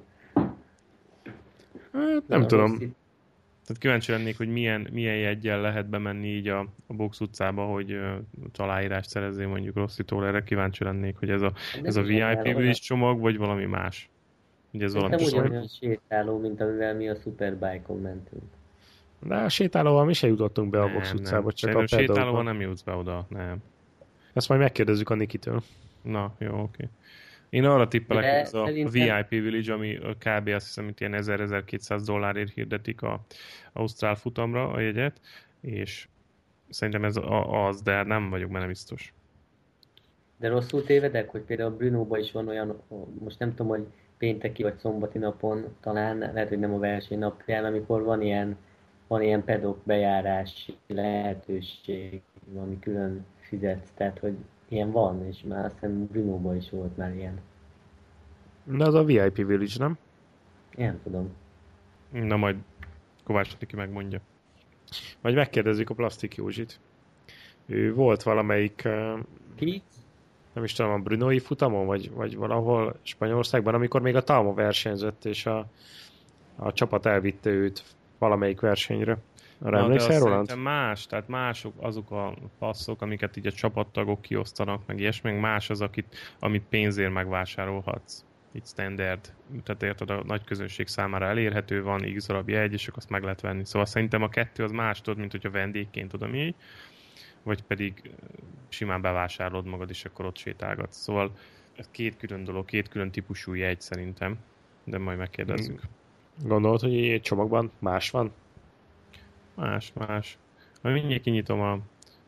Hát, nem tudom. Tehát kíváncsi lennék, hogy milyen jeggyel lehet bemenni így a Box utcába, hogy aláírást szerezzél mondjuk Rosszitól. Erre kíváncsi lennék, hogy ez a VIP Village csomag, vagy valami más. Ugye ez valami nem ugyanolyan sétáló, mint amivel mi a Superbike-on mentünk. De a sétálóval mi se jutottunk be a Box utcába, csak a sétálóval nem jutsz be oda, nem. Ezt majd megkérdezzük a Nikitől. Na, jó, oké. Én arra tippelek, hogy ez a VIP Village, ami kb. Azt hiszem, itt ilyen $1000-1200 hirdetik a ausztrál futamra a jegyet, és szerintem ez az, de nem vagyok benne biztos. De rosszul tévedek, hogy például Brunóban is van olyan, most nem tudom, hogy pénteki vagy szombati napon talán, lehet, hogy nem a verseny napján, amikor van ilyen pedok bejárási lehetőség, ami külön fizetsz, tehát hogy ilyen van, és már azt hiszem Brunóban is volt már ilyen. De az a VIP Village, nem? Én nem tudom. Na majd Kovács Tiki megmondja. Vagy megkérdezzük a Plastik Józsit. Ő volt valamelyik... Ki? Nem is tudom, a Brunói futamon, vagy valahol Spanyolországban, amikor még a Talma versenyzett, és a csapat elvitte őt valamelyik versenyre. Arra emlékszel, Roland? Szerintem más, tehát mások azok a passzok, amiket így a csapattagok kiosztanak, meg ilyesmi, meg más az, amit pénzért megvásárolhatsz. Így standard, tehát érted, a nagy közönség számára elérhető van, x darab jegy, és akkor azt meg lehet venni. Szóval szerintem a kettő az más, tudod, mint hogyha vendégként oda mégy, vagy pedig simán bevásárolod magad, és akkor ott sétálgatsz. Szóval ez két külön dolog, két külön típusú jegy szerintem, de majd megkérdezzük. Gondolod, hogy egy csomagban más van? Más. Mindjárt kinyitom a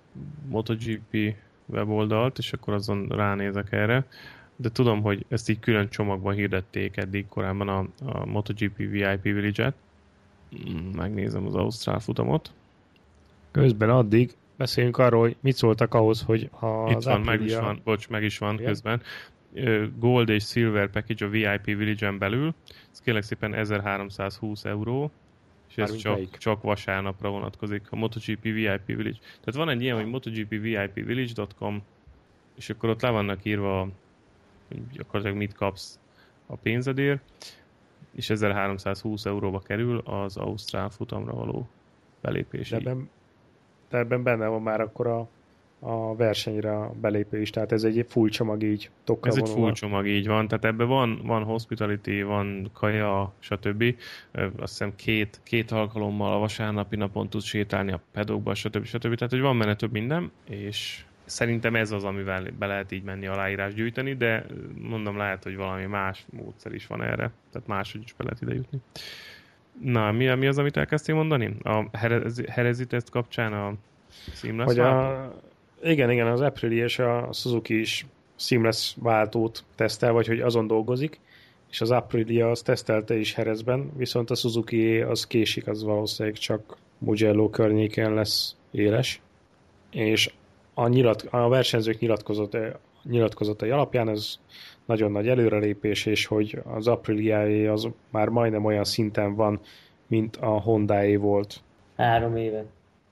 MotoGP weboldalt, és akkor azon ránézek erre. De tudom, hogy ezt így külön csomagban hirdették eddig korábban a MotoGP VIP Village-et. Megnézem az ausztrál futamot. Közben addig beszéljünk arról, hogy mit szóltak ahhoz, hogy itt van, meg is van közben. Gold és Silver Package a VIP Village-en belül. Ez kérlek szépen €1320, és ez csak vasárnapra vonatkozik. A MotoGP VIP Village. Tehát van egy ilyen, hogy MotoGPVIPVillage.com, és akkor ott le vannak írva, hogy gyakorlatilag mit kapsz a pénzedért, és €1320 kerül az ausztrál futamra való belépés. De ebben benne van már akkor a versenyre a belépés, tehát ez egy full csomag így. Ez egy full csomag így van, tehát ebben van hospitality, van kaja, stb. Azt hiszem két alkalommal a vasárnapi napon tudsz sétálni a pedokba, stb. Tehát, hogy van benne több minden, és szerintem ez az, amivel be lehet így menni aláírás gyűjteni, de mondom, lehet, hogy valami más módszer is van erre, tehát máshogy is be lehet ide jutni. Na, mi az, amit elkezdtél mondani? A Herezi teszt kapcsán a Seamless váltó? Igen, az Aprilia és a Suzuki is Seamless váltót tesztel, vagy hogy azon dolgozik, és az Aprilia az tesztelte is Jerezben, viszont a Suzuki az késik, az valószínűleg csak Mugello környéken lesz éles. És a versenyzők nyilatkozatai alapján ez nagyon nagy előrelépés, és hogy az Apriliáé az már majdnem olyan szinten van, mint a Hondáé volt. 3 éve.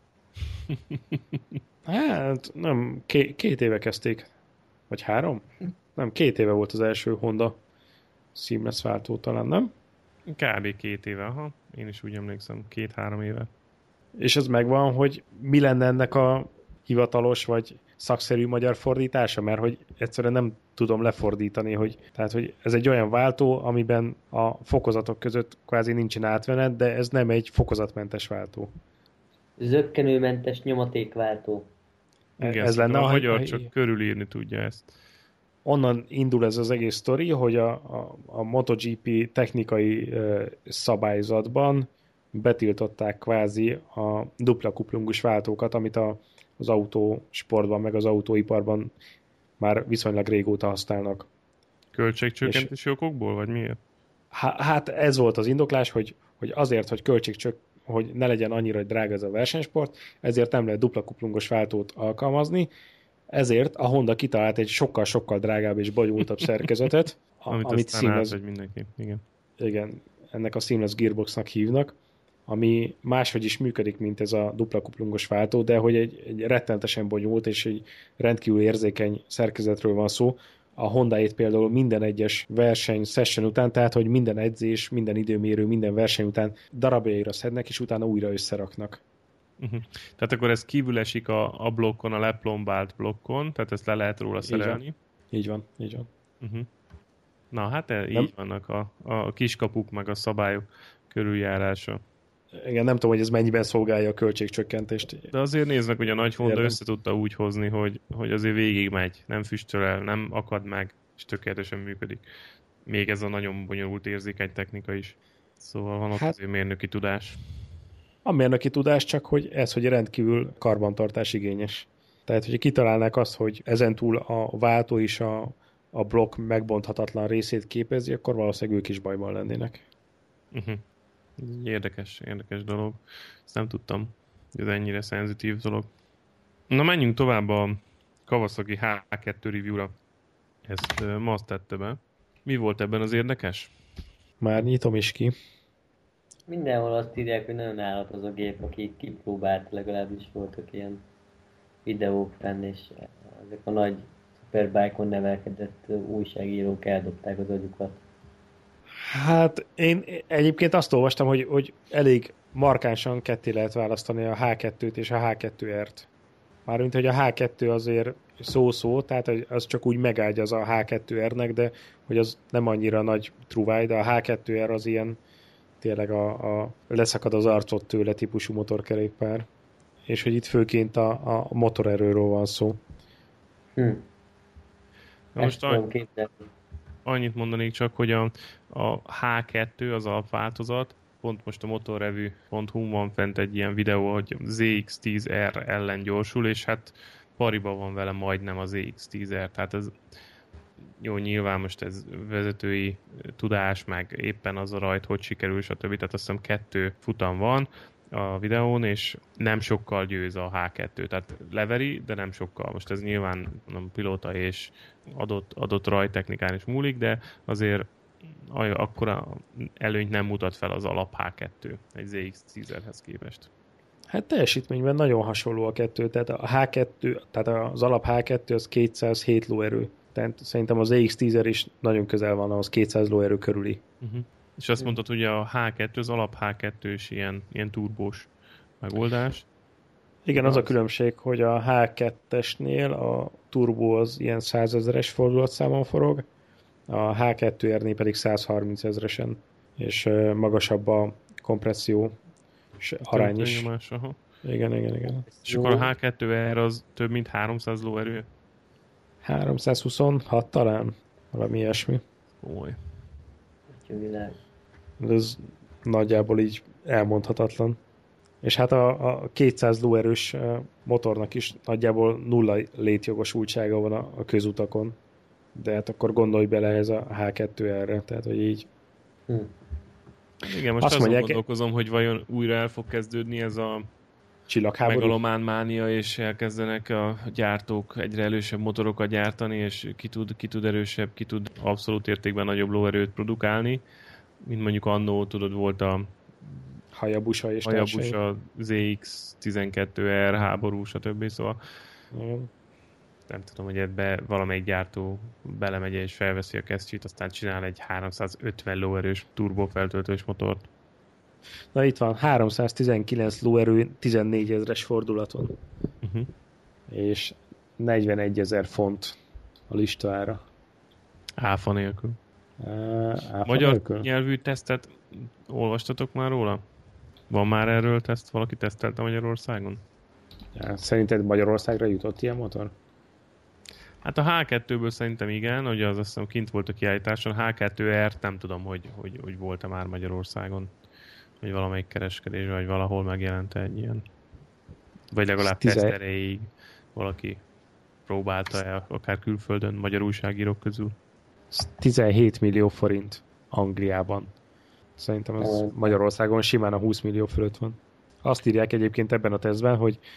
Hát nem, 2 éve kezdték. Vagy 3? Nem, 2 éve volt az első Honda Seamless váltó talán, nem? Kb. 2 éve, aha. Én is úgy emlékszem, 2-3 éve. És ez megvan, hogy mi lenne ennek a hivatalos vagy szakszerű magyar fordítása, mert hogy egyszerűen nem tudom lefordítani, tehát hogy ez egy olyan váltó, amiben a fokozatok között kvázi nincsen átmenet, de ez nem egy fokozatmentes váltó. Zökkenőmentes nyomatékváltó. Igen, ez lenne a magyar, csak körülírni tudja ezt. Onnan indul ez az egész sztori, hogy a MotoGP technikai szabályzatban betiltották kvázi a dupla kuplungos váltókat, amit az autósportban, meg az autóiparban már viszonylag régóta használnak. Költségcsökkentési okokból, vagy miért? Hát ez volt az indoklás, hogy azért, hogy ne legyen annyira drága ez a versenysport, ezért nem lehet dupla kuplungos váltót alkalmazni, Ezért a Honda kitalált egy sokkal-sokkal drágább és bonyolultabb szerkezetet, amit seamless, hogy mindenki. Igen, ennek a seamless gearboxnak hívnak, ami máshogy is működik, mint ez a dupla kuplungos váltó, de hogy egy rettenetesen bonyolult és egy rendkívül érzékeny szerkezetről van szó. A Hondáit például minden egyes verseny session után, tehát hogy minden edzés, minden időmérő, minden verseny után darabjaira szednek, és utána újra összeraknak. Uh-huh. Tehát akkor ez kívül esik a blokkon, a leplombált blokkon, tehát ezt le lehet róla szerelni. Így van. Uh-huh. Na hát így vannak a kiskapuk, meg a szabályok körüljárása. Igen, nem tudom, hogy ez mennyiben szolgálja a költségcsökkentést. De azért nézd meg, hogy a nagy Honda össze tudta úgy hozni, hogy azért végig megy, nem füstöl el, nem akad meg, és tökéletesen működik. Még ez a nagyon bonyolult érzékeny technika is. Szóval van ott azért mérnöki tudás. A mérnöki tudás csak, hogy rendkívül karbantartás igényes. Tehát, hogyha kitalálnák azt, hogy ezentúl a váltó is a blokk megbonthatatlan részét képezi, akkor valószínűleg ők is bajban lennének. Uh-huh. Érdekes dolog. Ezt nem tudtam, hogy ez ennyire szenzitív dolog. Na, menjünk tovább a Kawasaki H2 review-ra. Ezt ma azt tette be. Mi volt ebben az érdekes? Már nyitom is ki. Mindenhol azt írják, hogy nagyon állat az a gép, aki kipróbált, legalábbis voltak ilyen videók fenn, és ezek a nagy Superbike-on nevelkedett újságírók eldobták az agyukat. Hát én egyébként azt olvastam, hogy elég markánsan ketté lehet választani a H2-t és a H2R-t. Mármint, hogy a H2 azért szó-szó, tehát az csak úgy megágyaz a H2R-nek, de hogy az nem annyira nagy truváj, de a H2R az ilyen tényleg a leszakad az arcot tőle típusú motorkerékpár. És hogy itt főként a motorerőről van szó. Most annyit mondanék csak, hogy a H2 az alapváltozat, pont most a motorreview.hu van fent egy ilyen videó, hogy ZX-10R ellen gyorsul, és hát pariba van vele majdnem a ZX-10R, tehát ez jó, nyilván most ez vezetői tudás, meg éppen az a rajt, hogy sikerül, stb. Tehát azt hiszem 2 futam van a videón, és nem sokkal győz a H2, tehát leveri, de nem sokkal. Most ez nyilván pilóta és adott rajtechnikán is múlik, de azért akkora előnyt nem mutat fel az alap H2 egy ZX-10-hez képest. Hát teljesítményben nagyon hasonló a kettő, tehát a H2, tehát az alap H2 az 207 lóerő. Tehát szerintem az ZX-10-er is nagyon közel van ahhoz 200 lóerő körüli. Uh-huh. És azt mondtad, hogy a H2, az alap H2 is ilyen turbós megoldás. Igen, az a különbség, hogy a H2-esnél a turbó az ilyen 100 000-es fordulatszámon forog, a H2R-nél pedig 130 000-esen, és magasabb a kompresszió arány is. Igen. És akkor a H2R az több mint 300 lóerő? 326 talán, valami ilyesmi. Oly. De ez nagyjából így elmondhatatlan. És hát a 200 lóerős motornak is nagyjából nulla létjogosultsága van a közutakon. De hát akkor gondolj bele ez a H2R-re, tehát hogy így... Igen, most azt azon gondolkozom, hogy vajon újra el fog kezdődni ez a megalomán mánia, és elkezdenek a gyártók egyre erősebb motorokat gyártani, és ki tud erősebb, ki tud abszolút értékben nagyobb lóerőt produkálni, mint mondjuk annó, tudod, volt a Hayabusa és Hayabusa, ZX-12R, háború, stb. Szóval nem tudom, hogy ebbe valamelyik gyártó belemegy és felveszi a kesztyűt, aztán csinál egy 350 lóerős turbófeltöltős motort. Na itt van, 319 lóerő 14 000-es fordulaton. Uh-huh. És 41 000 font a listára. Áfa nélkül. Magyar nélkül? Nyelvű tesztet olvastatok már róla? Van már erről teszt? Valaki tesztelte Magyarországon? Ja, szerinted Magyarországra jutott ilyen motor? Hát a H2-ből szerintem igen, hogy az azt hiszem kint volt a kiállításon. H2R nem tudom, hogy volt-e már Magyarországon. Vagy valamelyik kereskedés, vagy valahol megjelent egy ilyen. Vagy legalább teszt erejéig valaki próbálta-e akár külföldön, magyar újságírók közül. 17 millió forint Angliában. Szerintem az Magyarországon simán a 20 millió fölött van. Azt írják egyébként ebben a tesztben,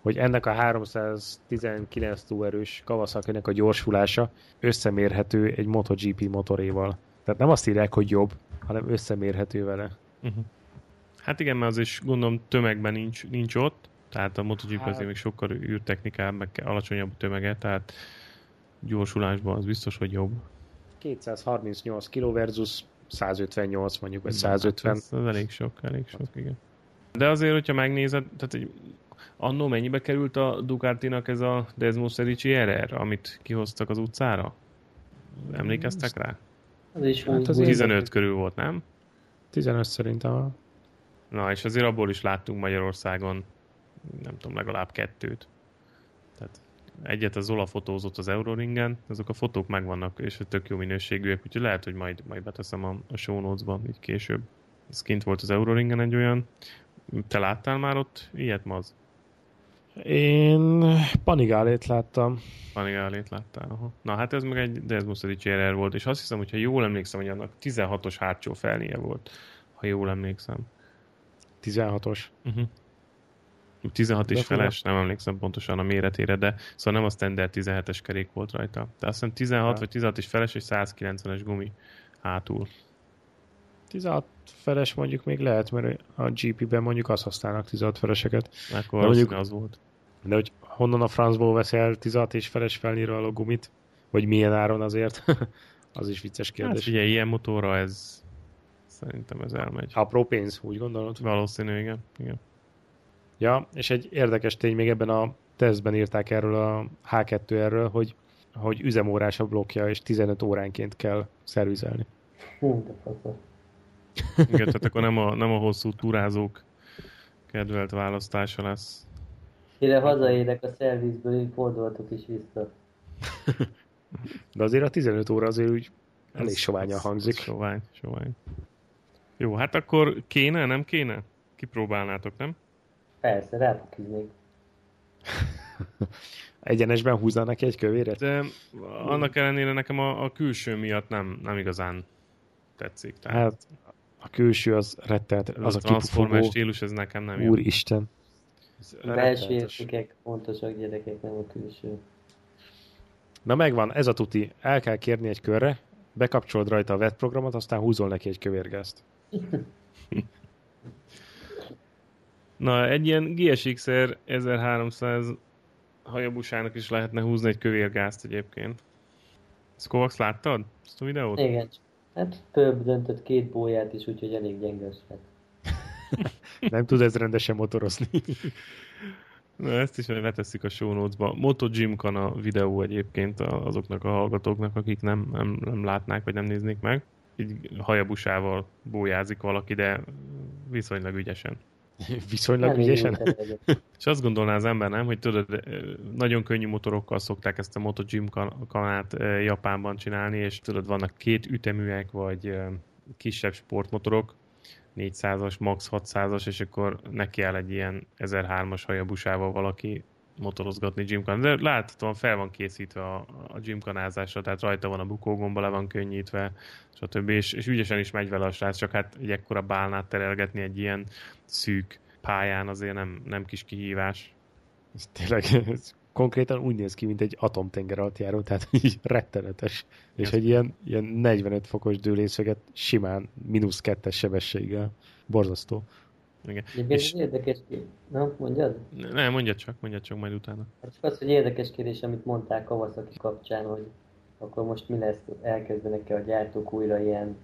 hogy ennek a 319 lóerős Kawasaki-nek a gyorsulása összemérhető egy MotoGP motoréval. Tehát nem azt írják, hogy jobb, hanem összemérhető vele. Uh-huh. Hát igen, mert az is gondolom tömegben nincs ott, tehát a MotoGP azért még sokkal űrtechnikább, meg alacsonyabb tömege, tehát gyorsulásban az biztos, hogy jobb. 238 kg versus 158 mondjuk, vagy 150. Hát ez elég sok, igen. De azért, hogyha megnézed, tehát annó mennyibe került a Ducatinak ez a Desmo Serici RR, amit kihoztak az utcára? Emlékeztek rá? Az is hát 15 körül volt, nem? 15 szerintem. Na, és azért abból is láttunk Magyarországon, nem tudom, legalább 2. Tehát egyet a Zola fotózott az Euroringen, azok a fotók megvannak, és tök jó minőségűek, úgyhogy lehet, hogy majd beteszem a show notes-ban így később. Ez kint volt az Euroringen egy olyan. Te láttál már ott ilyet, Maz? Én Panigálét láttam. Panigálét láttál, aha. Na hát ez meg egy Desmo Serici RR volt, és azt hiszem, hogyha jól emlékszem, hogy annak 16-os hátsó felnie volt, ha jól emlékszem. 16-os. 16 és feles, nem emlékszem pontosan a méretére, de szóval nem a standard 17-es kerék volt rajta. De azt hiszem 16 vagy 16 és feles és 190-es gumi hátul. 16 feles mondjuk még lehet, mert a GP-ben mondjuk azt használnak 16 feleseket. Akkor mondjuk az volt. De hogy honnan a francból veszel 16 és feles felnyírva a gumit? Vagy milyen áron azért? Az is vicces kérdés. Hát ugye ilyen motorra ez szerintem ez elmegy. Apró pénz, úgy gondolod? Valószínű, igen. Ja, és egy érdekes tény, még ebben a tesztben írták erről a H2-ről, hogy üzemórás a blokkja, és 15 óránként kell szervizelni. Igen, tehát akkor nem a hosszú turázók kedvelt választása lesz. Ide hazaérek a szervizből, fordulhatok is vissza. De azért a 15 óra azért úgy elég soványan hangzik. Sovány. Jó, hát akkor kéne, nem kéne? Kipróbálnátok, nem? Persze, rápukiznék. Egyenesben húzná neki egy kövéret? De annak ellenére nekem a külső miatt nem igazán tetszik. Tehát hát a külső az rettenet, az a transformer stílus, ez nekem nem jó. Úristen. Belső értékek fontosak, gyerekek, nem a külső. Na megvan, ez a tuti. El kell kérni egy körre, bekapcsolod rajta a VET programot, aztán húzol neki egy kövérgázt. Na, egy ilyen GSX-er 1300 Hayabusának is lehetne húzni egy kövérgázt egyébként. Ezt Kovacs láttad? Ezt a videót? Igen. Hát fölbb döntött 2 bóját is, úgyhogy elég gyenge lett. Nem tud ez rendesen motorozni. Na, ezt is letesszük a show notes-ba. Moto Gymkhana videó egyébként azoknak a hallgatóknak, akik nem látnák, vagy nem néznék meg. Így Hayabusával bójázik valaki, de viszonylag ügyesen. Viszonylag ügyesen? És azt gondolná az ember, nem, hogy tudod, nagyon könnyű motorokkal szokták ezt a Moto Gymkhanát Japánban csinálni, és tudod, vannak 2 üteműek, vagy kisebb sportmotorok, 400-as, max 600-as, és akkor neki áll egy ilyen 1003-as Hayabusával valaki motorozgatni Gymkhanát. De láthatóan fel van készítve a Gymkhanázásra, tehát rajta van a bukógomba, le van könnyítve, stb. És ügyesen is megy vele a srác, csak hát egy ekkora bálnát terelgetni egy ilyen szűk pályán azért nem kis kihívás. Ez tényleg konkrétan úgy néz ki, mint egy atomtenger alattjáró, tehát így rettenetes. És egy ilyen 45 fokos dőlészöget simán -2-es sebességgel. Borzasztó. Igen. És érdekes kérdés. Na, mondjad? Nem, mondjad csak majd utána. Hát csak az, hogy érdekes kérdés, amit mondták Kawasaki kapcsán, hogy akkor most mi lesz, elkezdenek-e a gyártók újra ilyen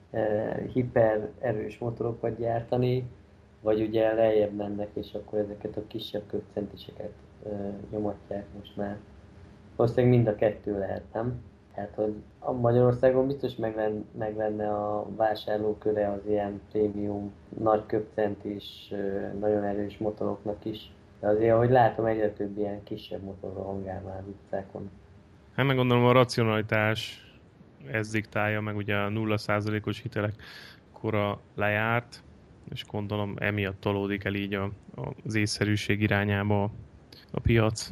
hiper erős motorokat gyártani, vagy ugye lejjebb mennek, és akkor ezeket a kisebb köbcentiseket nyomatják most már. Valószínűleg mind a kettő lehet, nem? Hát, hogy a Magyarországon biztos meg lenne a vásárlóköre az ilyen prémium, nagy köbcentis, nagyon erős motoroknak is. De azért, ahogy látom, egyre több ilyen kisebb motor rohangál már utcákon. Hát meg gondolom a racionalitás ez diktálja, meg ugye a 0%-os hitelek kora lejárt, és gondolom emiatt tolódik el így az észszerűség irányába a piac.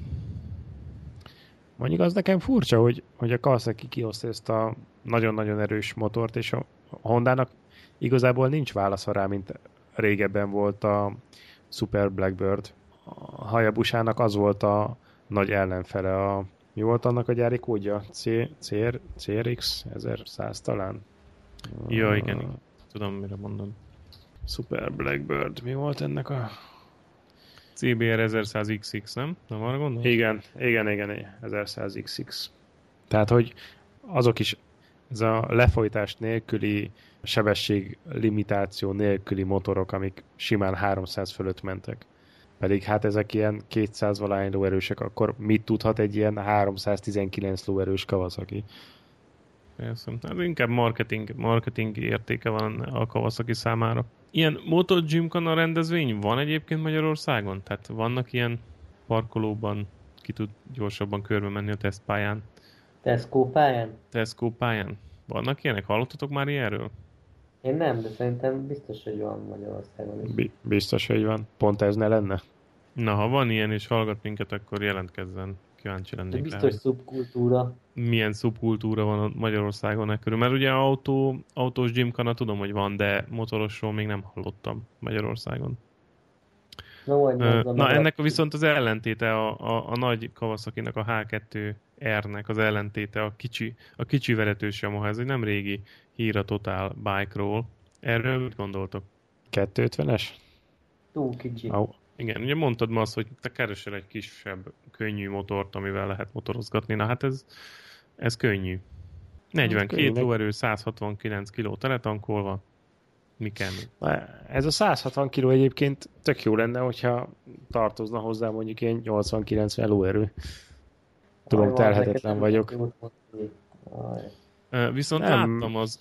Mondjuk az nekem furcsa, hogy a Kawasaki kihozta ezt a nagyon-nagyon erős motort, és a Hondának igazából nincs válasza rá, mint régebben volt a Super Blackbird. Hayabusának az volt a nagy ellenfele. Mi volt annak a gyári kódja? CRX 1100 talán? Ja, igen. Tudom, mire mondod. Super Blackbird. Mi volt ennek a... CBR 1100XX, nem? Nem arra gondolod? Igen, 1100XX. Tehát, hogy azok is ez a lefolytás nélküli, sebesség limitáció nélküli motorok, amik simán 300 fölött mentek. Pedig hát ezek ilyen 200 valahány lóerősek, akkor mit tudhat egy ilyen 319 lóerős Kawasaki? Persze. Hát inkább marketing értéke van a Kawasaki számára. Ilyen Moto Gymkhana rendezvény van egyébként Magyarországon? Tehát vannak ilyen parkolóban, ki tud gyorsabban körbe menni a tesztpályán? Tesco pályán? Vannak ilyenek? Hallottatok már ilyenről? Én nem, de szerintem biztos, hogy van Magyarországon is. Biztos, hogy van. Pont ez ne lenne? Na, ha van ilyen és hallgat minket, akkor jelentkezzen. Kíváncsi lennék rá. Biztos szubkultúra. Milyen szubkultúra van Magyarországon e körül? Mert ugye autós gymkhana tudom, hogy van, de motorosról még nem hallottam Magyarországon. Na ennek viszont az ellentéte, a nagy Kawasakinak, a H2R-nek az ellentéte, a kicsi veretős Yamaha. Ez egy nem régi hír a Total Bike-ról. Erről mit gondoltok? 250-es? Túl kicsi. Igen, ugye mondtad ma azt, hogy te keresel egy kisebb, könnyű motort, amivel lehet motorozgatni. Na hát ez könnyű. 42 lóerő, 169 kg teletankolva. Mi kell még? Ez a 160 kg egyébként tök jó lenne, hogyha tartozna hozzá mondjuk ilyen 80-90 lóerő. Tudom, telhetetlen vagyok. Viszont láttam az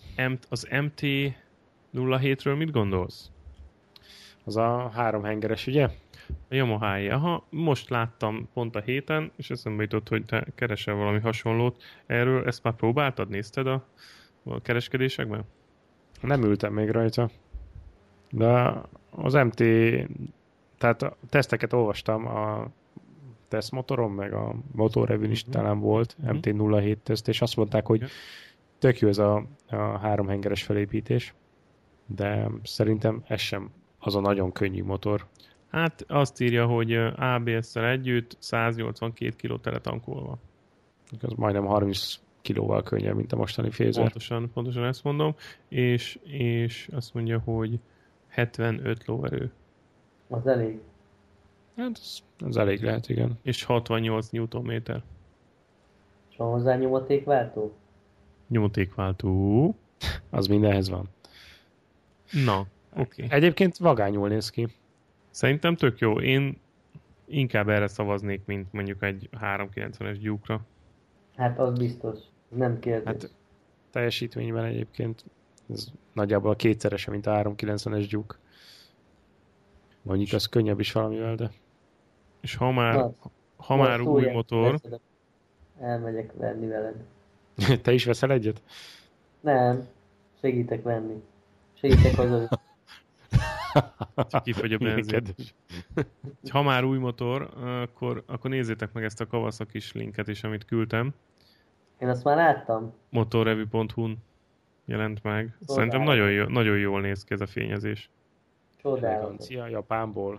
MT-07-ről mit gondolsz? Az a 3 hengeres, ugye? A Yamaha-é. Aha, most láttam pont a héten, és eszembe jutott, hogy te keresel valami hasonlót. Erről ezt már próbáltad? Nézted a kereskedésekben? Nem ültem még rajta. De az MT... Tehát a teszteket olvastam, a tesztmotoron, meg a motorrevűn is talán volt MT-07 teszt, és azt mondták, hogy tök jó ez a 3 hengeres felépítés, de szerintem ez sem az a nagyon könnyű motor. Hát azt írja, hogy ABS-szel együtt 182 kg teletankolva. Az majdnem 30 kilóval könnyebb, mint a mostani Phaser. Pontosan ezt mondom, és azt mondja, hogy 75 lóerő. Az elég. Hát az elég lehet, igen. És 68 Nm. És van hozzá nyomatékváltó? Nyomatékváltó. Az mindenhez van. Na, oké. Egyébként vagányul néz ki. Szerintem tök jó. Én inkább erre szavaznék, mint mondjuk egy 390-es Duke-ra. Hát az biztos. Nem kérdés. Hát teljesítményben egyébként ez nagyjából a kétszerese, mint a 390-es Duke. Mondjuk az könnyebb is valamivel, de... És ha már új motor... Elmegyek venni veled. Te is veszel egyet? Nem. Segítek venni. Segítek haza. Csak kifogy a benzin. Ha már új motor, akkor nézzétek meg ezt a Kawasaki-s linket is, amit küldtem. Én azt már láttam. Motorreview.hu-n jelent meg. Szerintem nagyon jól néz ki ez a fényezés. Csodálatos. Japánból.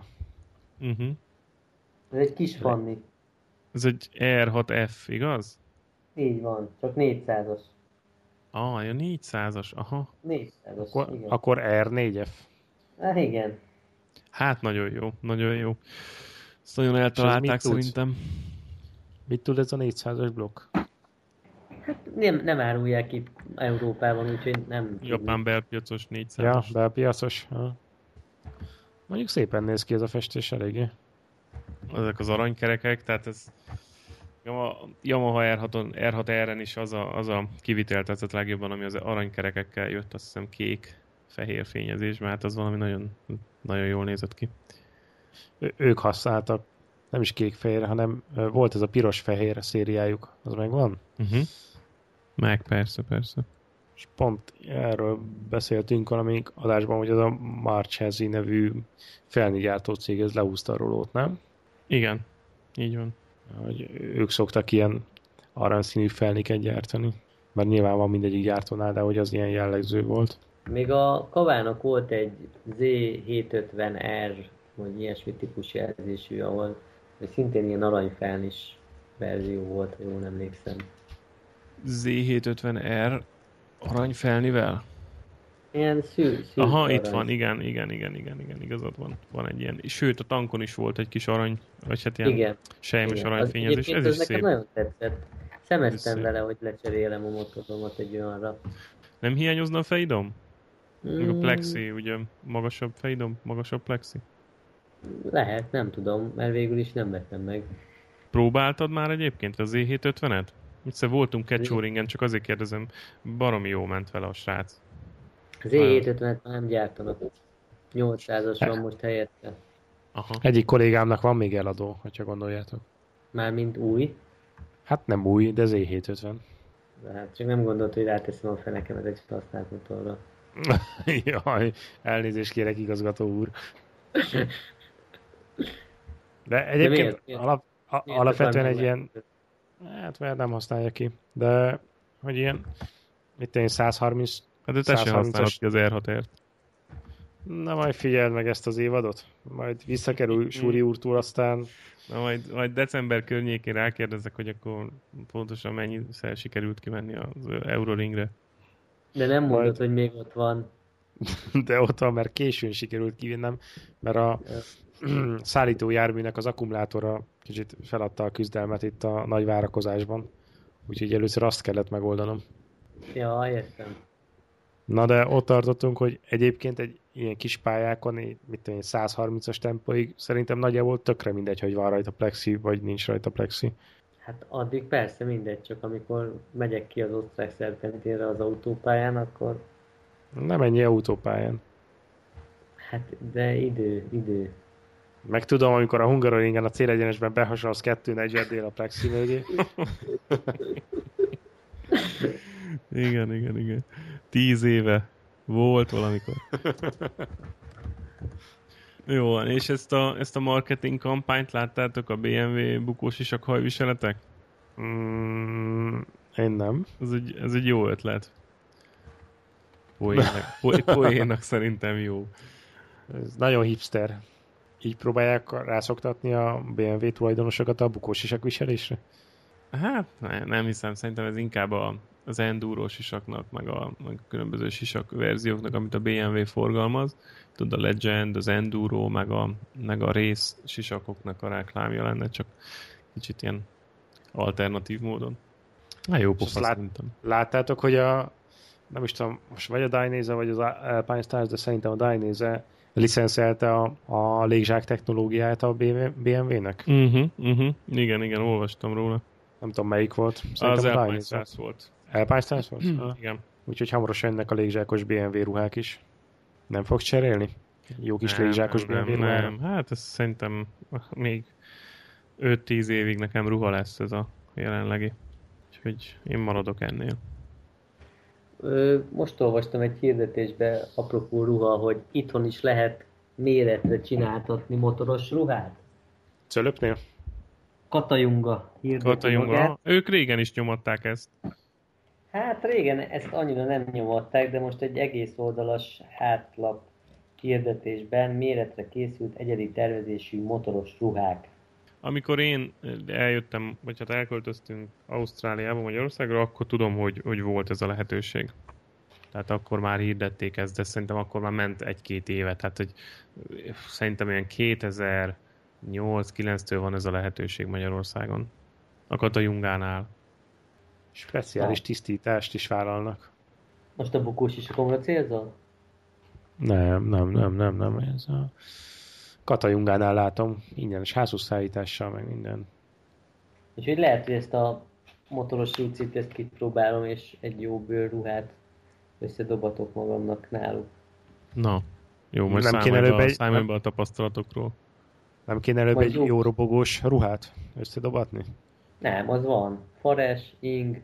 Ez egy kis Fanni. Ez egy R6F, igaz? Így van, csak 400-as. Ja 400-as, aha. 400-as, igen. Akkor R4F. Hát igen. Hát nagyon jó. Ezt nagyon eltalálták szerintem. Mit tud ez a 400-as blokk? Hát nem árulják itt Európában, úgyhogy nem... Japán belpiacos 400-as. Ja, belpiacos. Ha. Mondjuk szépen néz ki ez a festés eléggé. Ezek az aranykerekek, tehát ez a Yamaha R6R-en is az a kivitel tetszett legjobban, ami az aranykerekekkel jött, azt hiszem kék-fehér fényezésben, hát az valami nagyon, nagyon jól nézett ki. Ők használtak, nem is kék-fehér, hanem volt ez a piros-fehér szériájuk, az megvan? Meg, persze. És pont erről beszéltünk valamelyik adásban, hogy az a Marchesi nevű felnigyártó cég, ez lehúzta a rolót, nem? Igen, így van. Hogy ők szoktak ilyen aranyszínű felniket gyártani. Mert nyilván van mindegyik gyártónál, de hogy az ilyen jellegző volt. Még a Kavának volt egy Z750R vagy ilyesmi típusú jelzésű, ahol szintén ilyen aranyfelnis verzió volt, ha jól emlékszem. Z750R aranyfelnivel? Ilyen szűk Aha, arany. itt van, igen, igazad van. Van egy ilyen. Sőt, a tankon is volt egy kis arany, vagy hát ilyen sejmes aranyfényezés. Ez is szép. Nagyon tetszett. Szemeztem vele, hogy lecserélem a motoromat egy olyanra. Nem hiányozna a fejidom? Meg a plexi, ugye magasabb fejidom, magasabb plexi? Lehet, nem tudom, mert végül is nem vettem meg. Próbáltad már egyébként az Z750-et? Egyszer voltunk Ketchoringen, csak azért kérdezem, baromi jó ment vele a srác. Az Z750-et nem gyártanak. 800-as van most helyette. Aha. Egyik kollégámnak van még eladó, hogyha gondoljátok. Mármint új? Hát nem új, de Z750. De hát csak nem gondolt, hogy ráteszem a fenekemet egy használt motorra. Jaj, elnézést kérek, igazgató úr. De egyébként alapvetően egy ilyen... Hát mert nem használja ki, de hogy ilyen... Mit én 130... Hát de te sem használod ki az R6-ért. Na majd figyeld meg ezt az évadot. Majd visszakerül Súri úrtól, aztán... Na majd december környékén rákérdezek, hogy akkor pontosan mennyiszer sikerült kimenni az Euroringre. De nem mondod, hogy még ott van. De ott van, mert későn sikerült kivinnem, mert a szállítójárműnek az akkumulátora kicsit feladta a küzdelmet itt a nagy várakozásban. Úgyhogy először azt kellett megoldanom. Ja, értem. Na de ott tartottunk, hogy egyébként egy ilyen kis pályákon, mit tudom, 130-as tempóig szerintem nagyjából tökre mindegy, hogy van rajta plexi, vagy nincs rajta plexi. Hát addig persze mindegy, csak amikor megyek ki az osztrák szerpentinre az autópályán, akkor... Nem ennyi autópályán. Hát, de idő. Meg tudom, amikor a Hungaroringen a célegyenesben behasalsz 240-dél a plexi mögé. Igen. 10 éve volt valamikor. Jó van, és ezt a marketing kampányt láttátok, a BMW bukós isak hajviseletek? Én nem. Ez egy jó ötlet. Poénnak szerintem jó. Ez nagyon hipster. Így próbálják rászoktatni a BMW tulajdonosokat a bukós isak viselésre? Hát nem hiszem, szerintem ez inkább az enduro sisaknak, meg a különböző sisak verzióknak, amit a BMW forgalmaz. Tudod, a Legend, az Enduro, meg a Race sisakoknak a reklámja lenne, csak kicsit ilyen alternatív módon. Na jó pofa szerintem. Láttátok, hogy nem is tudom, most vagy a Dainese, vagy az Alpine Stars, de szerintem a Dainese licenszelte a légzsák technológiáját a BMW-nek? Igen, olvastam róla. Nem tudom, melyik volt. Szerintem az Alpine Stars volt. Alpine Stars volt? Igen. Úgyhogy hamarosan jönnek a légzsákos BMW ruhák is. Nem fogsz cserélni? Jó kis légzsákos BMW ruhára? Nem, hát ez szerintem még 5-10 évig nekem ruha lesz ez a jelenlegi. Úgyhogy én maradok ennél. Most olvastam egy hirdetésbe, apropó ruha, hogy itthon is lehet méretre csináltatni motoros ruhát. Cölöpnél? Katajunga hirdeti magát. Ők régen is nyomatták ezt. Hát régen ezt annyira nem nyomatták, de most egy egész oldalas hátlap hirdetésben méretre készült egyedi tervezésű motoros ruhák. Amikor én eljöttem, vagy hát elköltöztünk Ausztráliába, Magyarországra, akkor tudom, hogy volt ez a lehetőség. Tehát akkor már hirdették ezt, de szerintem akkor már ment 1-2 évet. Tehát, hogy szerintem olyan 2008-9-től van ez a lehetőség Magyarországon. A Katajungánál. Speciális tisztítást is vállalnak. Most a bukós isakomra célzol? Nem. Ez a Katajungánál látom, ingyenes házhozszállítással, meg minden. Úgyhogy lehet, hogy ezt a motoros rucit ezt kipróbálom, és egy jó bőrruhát összedobatok magamnak náluk. Na, jó, most számolj be a tapasztalatokról. Nem kéne előbb egy jó robogós ruhát összedobatni? Nem, az van. Fares, ing.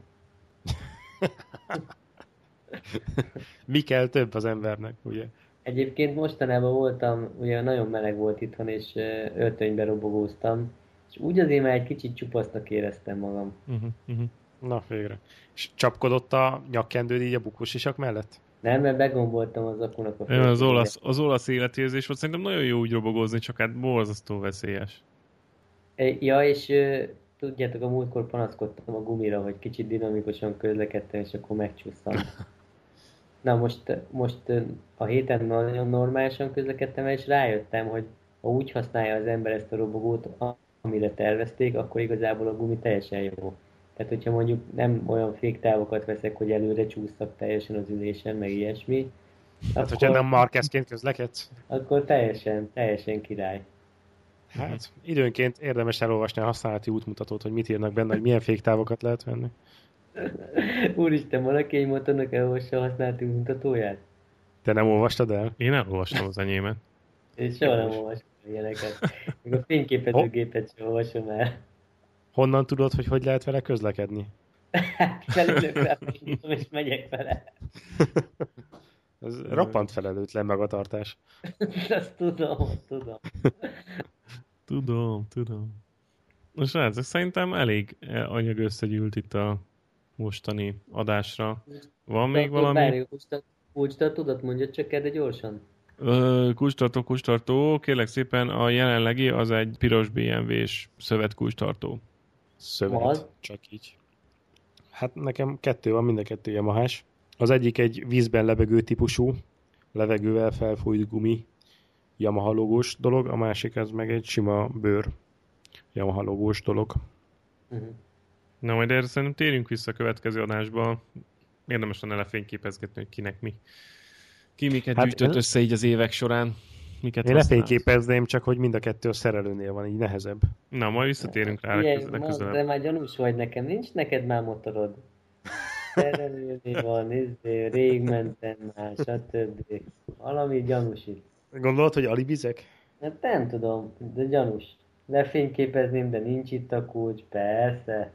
Mi kell több az embernek, ugye? Egyébként mostanában voltam, ugye nagyon meleg volt itthon, és öltönybe robogóztam, és úgy azért már egy kicsit csupasznak éreztem magam. Na, végre. És csapkodott a nyakkendőd így a bukós isak mellett? Nem, mert begomboltam az akunak a Ja, az olasz életérzés volt, szerintem nagyon jó úgy robogozni, csak hát borzasztó veszélyes. Ja, és tudjátok, a múltkor panaszkodtam a gumira, hogy kicsit dinamikusan közlekedtem, és akkor megcsúsztam. Na most a héten nagyon normálisan közlekedtem, és rájöttem, hogy ha úgy használja az ember ezt a robogót, amire tervezték, akkor igazából a gumi teljesen jó. Tehát, hogyha mondjuk nem olyan féktávokat veszek, hogy előre csúsztak teljesen az ülésen, meg ilyesmi, hát, hogyha nem Marquezként közlekedsz? Akkor teljesen király. Hát időnként érdemes elolvasni a használati útmutatót, hogy mit írnak benne, hogy milyen féktávokat lehet venni. Úristen, valaki egy motornak elolvassa a használati útmutatóját? Te nem olvastad el? Én elolvastam az enyémet. Én soha nem olvasom ilyeneket. Még a fényképezőgépet sem olvasom el. Honnan tudod, hogy lehet vele közlekedni? Felülök rá, és megyek vele. Ez roppant felelőtlen magatartás. Azt tudom. Tudom. Most srácok, szerintem elég anyag összegyűlt itt a mostani adásra. Van még valami? Kulcstartódat mondja csak el, de gyorsan. Kulcstartó. Kérlek szépen, a jelenlegi az egy piros BMW-s szövet kulcstartó. Szövet, csak így. Hát nekem 2 van, mind a 2 Yamahás. Az egyik egy vízben lebegő típusú, levegővel felfújt gumi Yamaha logós dolog, a másik az meg egy sima bőr Yamaha logós dolog. Na majd erre szerintem térjünk vissza a következő adásba. Érdemes lenne lefényképezgetni, hogy kinek mi. Ki miket gyűjtött össze így az évek során. Miket én lefényképezném, csak hogy mind a 2 a szerelőnél van, így nehezebb. Na, majd visszatérünk rá legközelebb. De már gyanús vagy nekem, nincs neked már motorod. Szerelőnél van, rég mentem már, stb. Valami gyanús itt. Gondolod, hogy alibizek? Hát nem tudom, de gyanús. Lefényképezném, de nincs itt a kulcs, persze.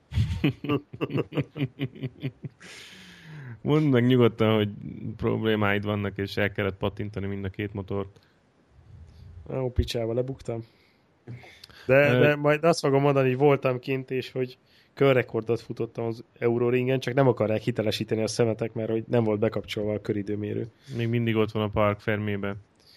Mondd meg nyugodtan, hogy problémáid vannak, és el kellett pattintani mind a 2 motort. Ó, picsába lebuktam. De majd azt fogom mondani, hogy voltam kint, és hogy körrekordot futottam az Euroringen, csak nem akarják hitelesíteni a szemetek, mert hogy nem volt bekapcsolva a köridőmérő. Még mindig ott van a Park Fermébe.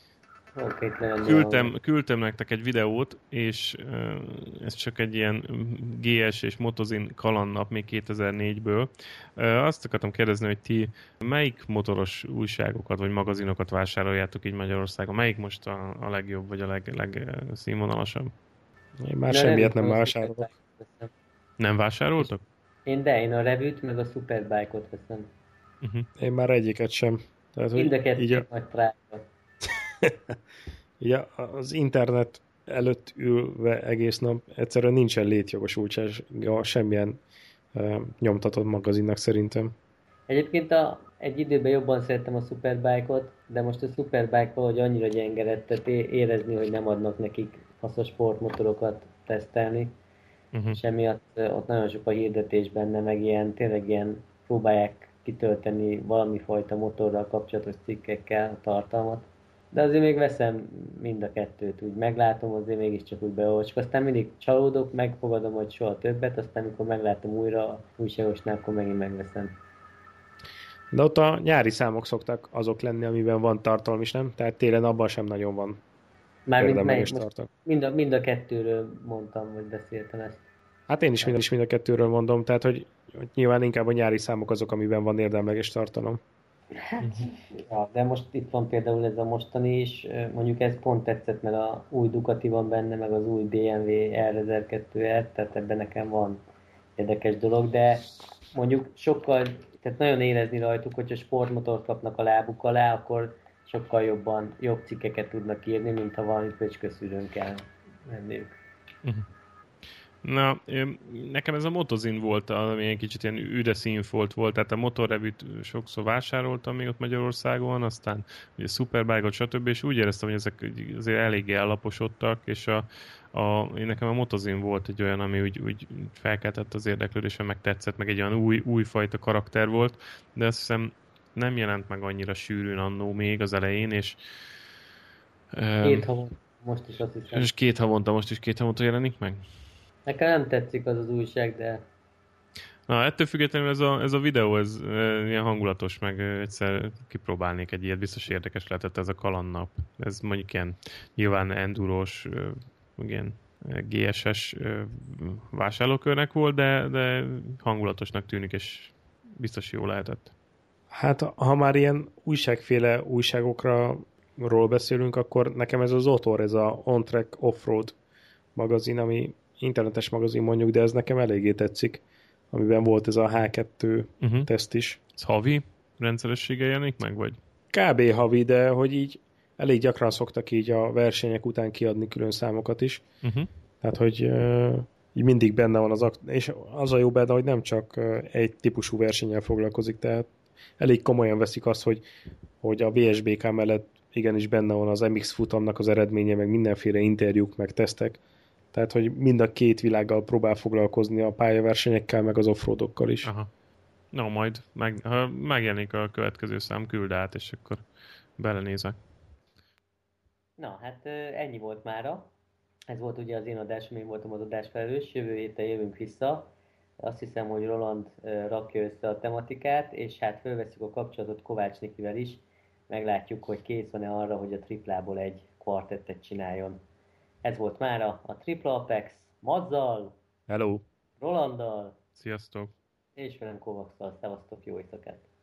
Küldtem nektek egy videót, és ez csak egy ilyen GS és Motozin kalandnap még 2004-ből. Azt akartam kérdezni, hogy ti melyik motoros újságokat vagy magazinokat vásároljátok így Magyarországon? Melyik most a legjobb, vagy a legszínvonalasabb? Én már semmiért nem vásárolok. Nem vásároltok? Én a Revűt meg a Superbike-ot veszem. Én már egyiket sem. Tehát, mind a 2 nagy trágya. Ugye az internet előtt ülve egész nap egyszerűen nincsen létjogosultsága semmilyen nyomtatott magazinnak szerintem. Egyébként egy időben jobban szerettem a Superbike-ot, de most a Superbike valahogy annyira gyenge lett, tehát érezni, hogy nem adnak nekik faszos sportmotorokat tesztelni, és emiatt ott nagyon sok a hirdetés benne, meg tényleg ilyen próbálják kitölteni valami fajta motorral kapcsolatos cikkekkel a tartalmat. De azért még veszem mind a 2, úgy meglátom, azért mégiscsak úgy beolvasok. Aztán mindig csalódok, megfogadom, hogy soha többet, aztán amikor meglátom újra a újságosnál, akkor megint megveszem. De ott a nyári számok szoktak azok lenni, amiben van tartalom is, nem? Tehát télen abban sem nagyon van. Mármint melyik mind a 2-ről mondtam, vagy beszéltem ezt. Hát én is mind a 2-ről mondom, tehát hogy nyilván inkább a nyári számok azok, amiben van érdemleges tartalom. Hát, ja, de most itt van például ez a mostani is, mondjuk ez pont tetszett, mert a új Ducati van benne, meg az új BMW R1002R, tehát ebben nekem van érdekes dolog, de mondjuk sokkal, tehát nagyon érezni rajtuk, hogyha sportmotort kapnak a lábuk alá, akkor sokkal jobb cikkeket tudnak írni, mint ha valami pöcsköszűrőn kell venniük. Na, nekem ez a Motozin volt, ami egy kicsit ilyen üde színfolt volt, tehát a motorrevűt sokszor vásároltam még ott Magyarországon, aztán ugye Superbike-ot, stb. És úgy éreztem, hogy ezek azért eléggé ellaposodtak, és én nekem a Motozin volt egy olyan, ami úgy felkeltett az érdeklődésem, meg tetszett, meg egy olyan újfajta karakter volt, de azt hiszem nem jelent meg annyira sűrűn annó még az elején, és 2 havonta, most is azt hiszem. És most is 2 havonta jelenik meg? Nekem nem tetszik az újság, de... Na, ettől függetlenül ez a videó, ez ilyen hangulatos, meg egyszer kipróbálnék egy ilyet, biztos érdekes lehetett ez a kalandnap. Ez mondjuk ilyen nyilván endurós, igen, GSS vásárlókörnek volt, de hangulatosnak tűnik, és biztos jó lehetett. Hát, ha már ilyen újságféle újságokról beszélünk, akkor nekem ez az Otor, ez a On Track Offroad magazin, ami internetes magazin mondjuk, de ez nekem eléggé tetszik, amiben volt ez a H2 teszt is. Ez havi rendszerességgel jelenik meg, vagy? Kb. Havi, de hogy így elég gyakran szoktak így a versenyek után kiadni külön számokat is. Tehát, hogy így mindig benne van és az a jó benne, hogy nem csak egy típusú versennyel foglalkozik, tehát elég komolyan veszik azt, hogy a VSBK mellett igenis benne van az MX futamnak az eredménye, meg mindenféle interjúk, meg tesztek. Tehát, hogy mind a két világgal próbál foglalkozni, a pályaversenyekkel, meg az offroadokkal is. Aha. No, majd ha megjelenik a következő szám, küld át, és akkor belenézek. Na, hát ennyi volt mára. Ez volt ugye az én adásom, én voltam az adásfelelős. Jövő héten jövünk vissza. Azt hiszem, hogy Roland rakja össze a tematikát, és hát fölveszünk a kapcsolatot Kovács Nikivel is. Meglátjuk, hogy kész van-e arra, hogy a triplából egy kvartettet csináljon. Ez volt mára a Tripla Apex Mazzal, Hello! Rolanddal, Sziasztok! és velem Kovacs-szal. Szevasztok, jó éjszakát!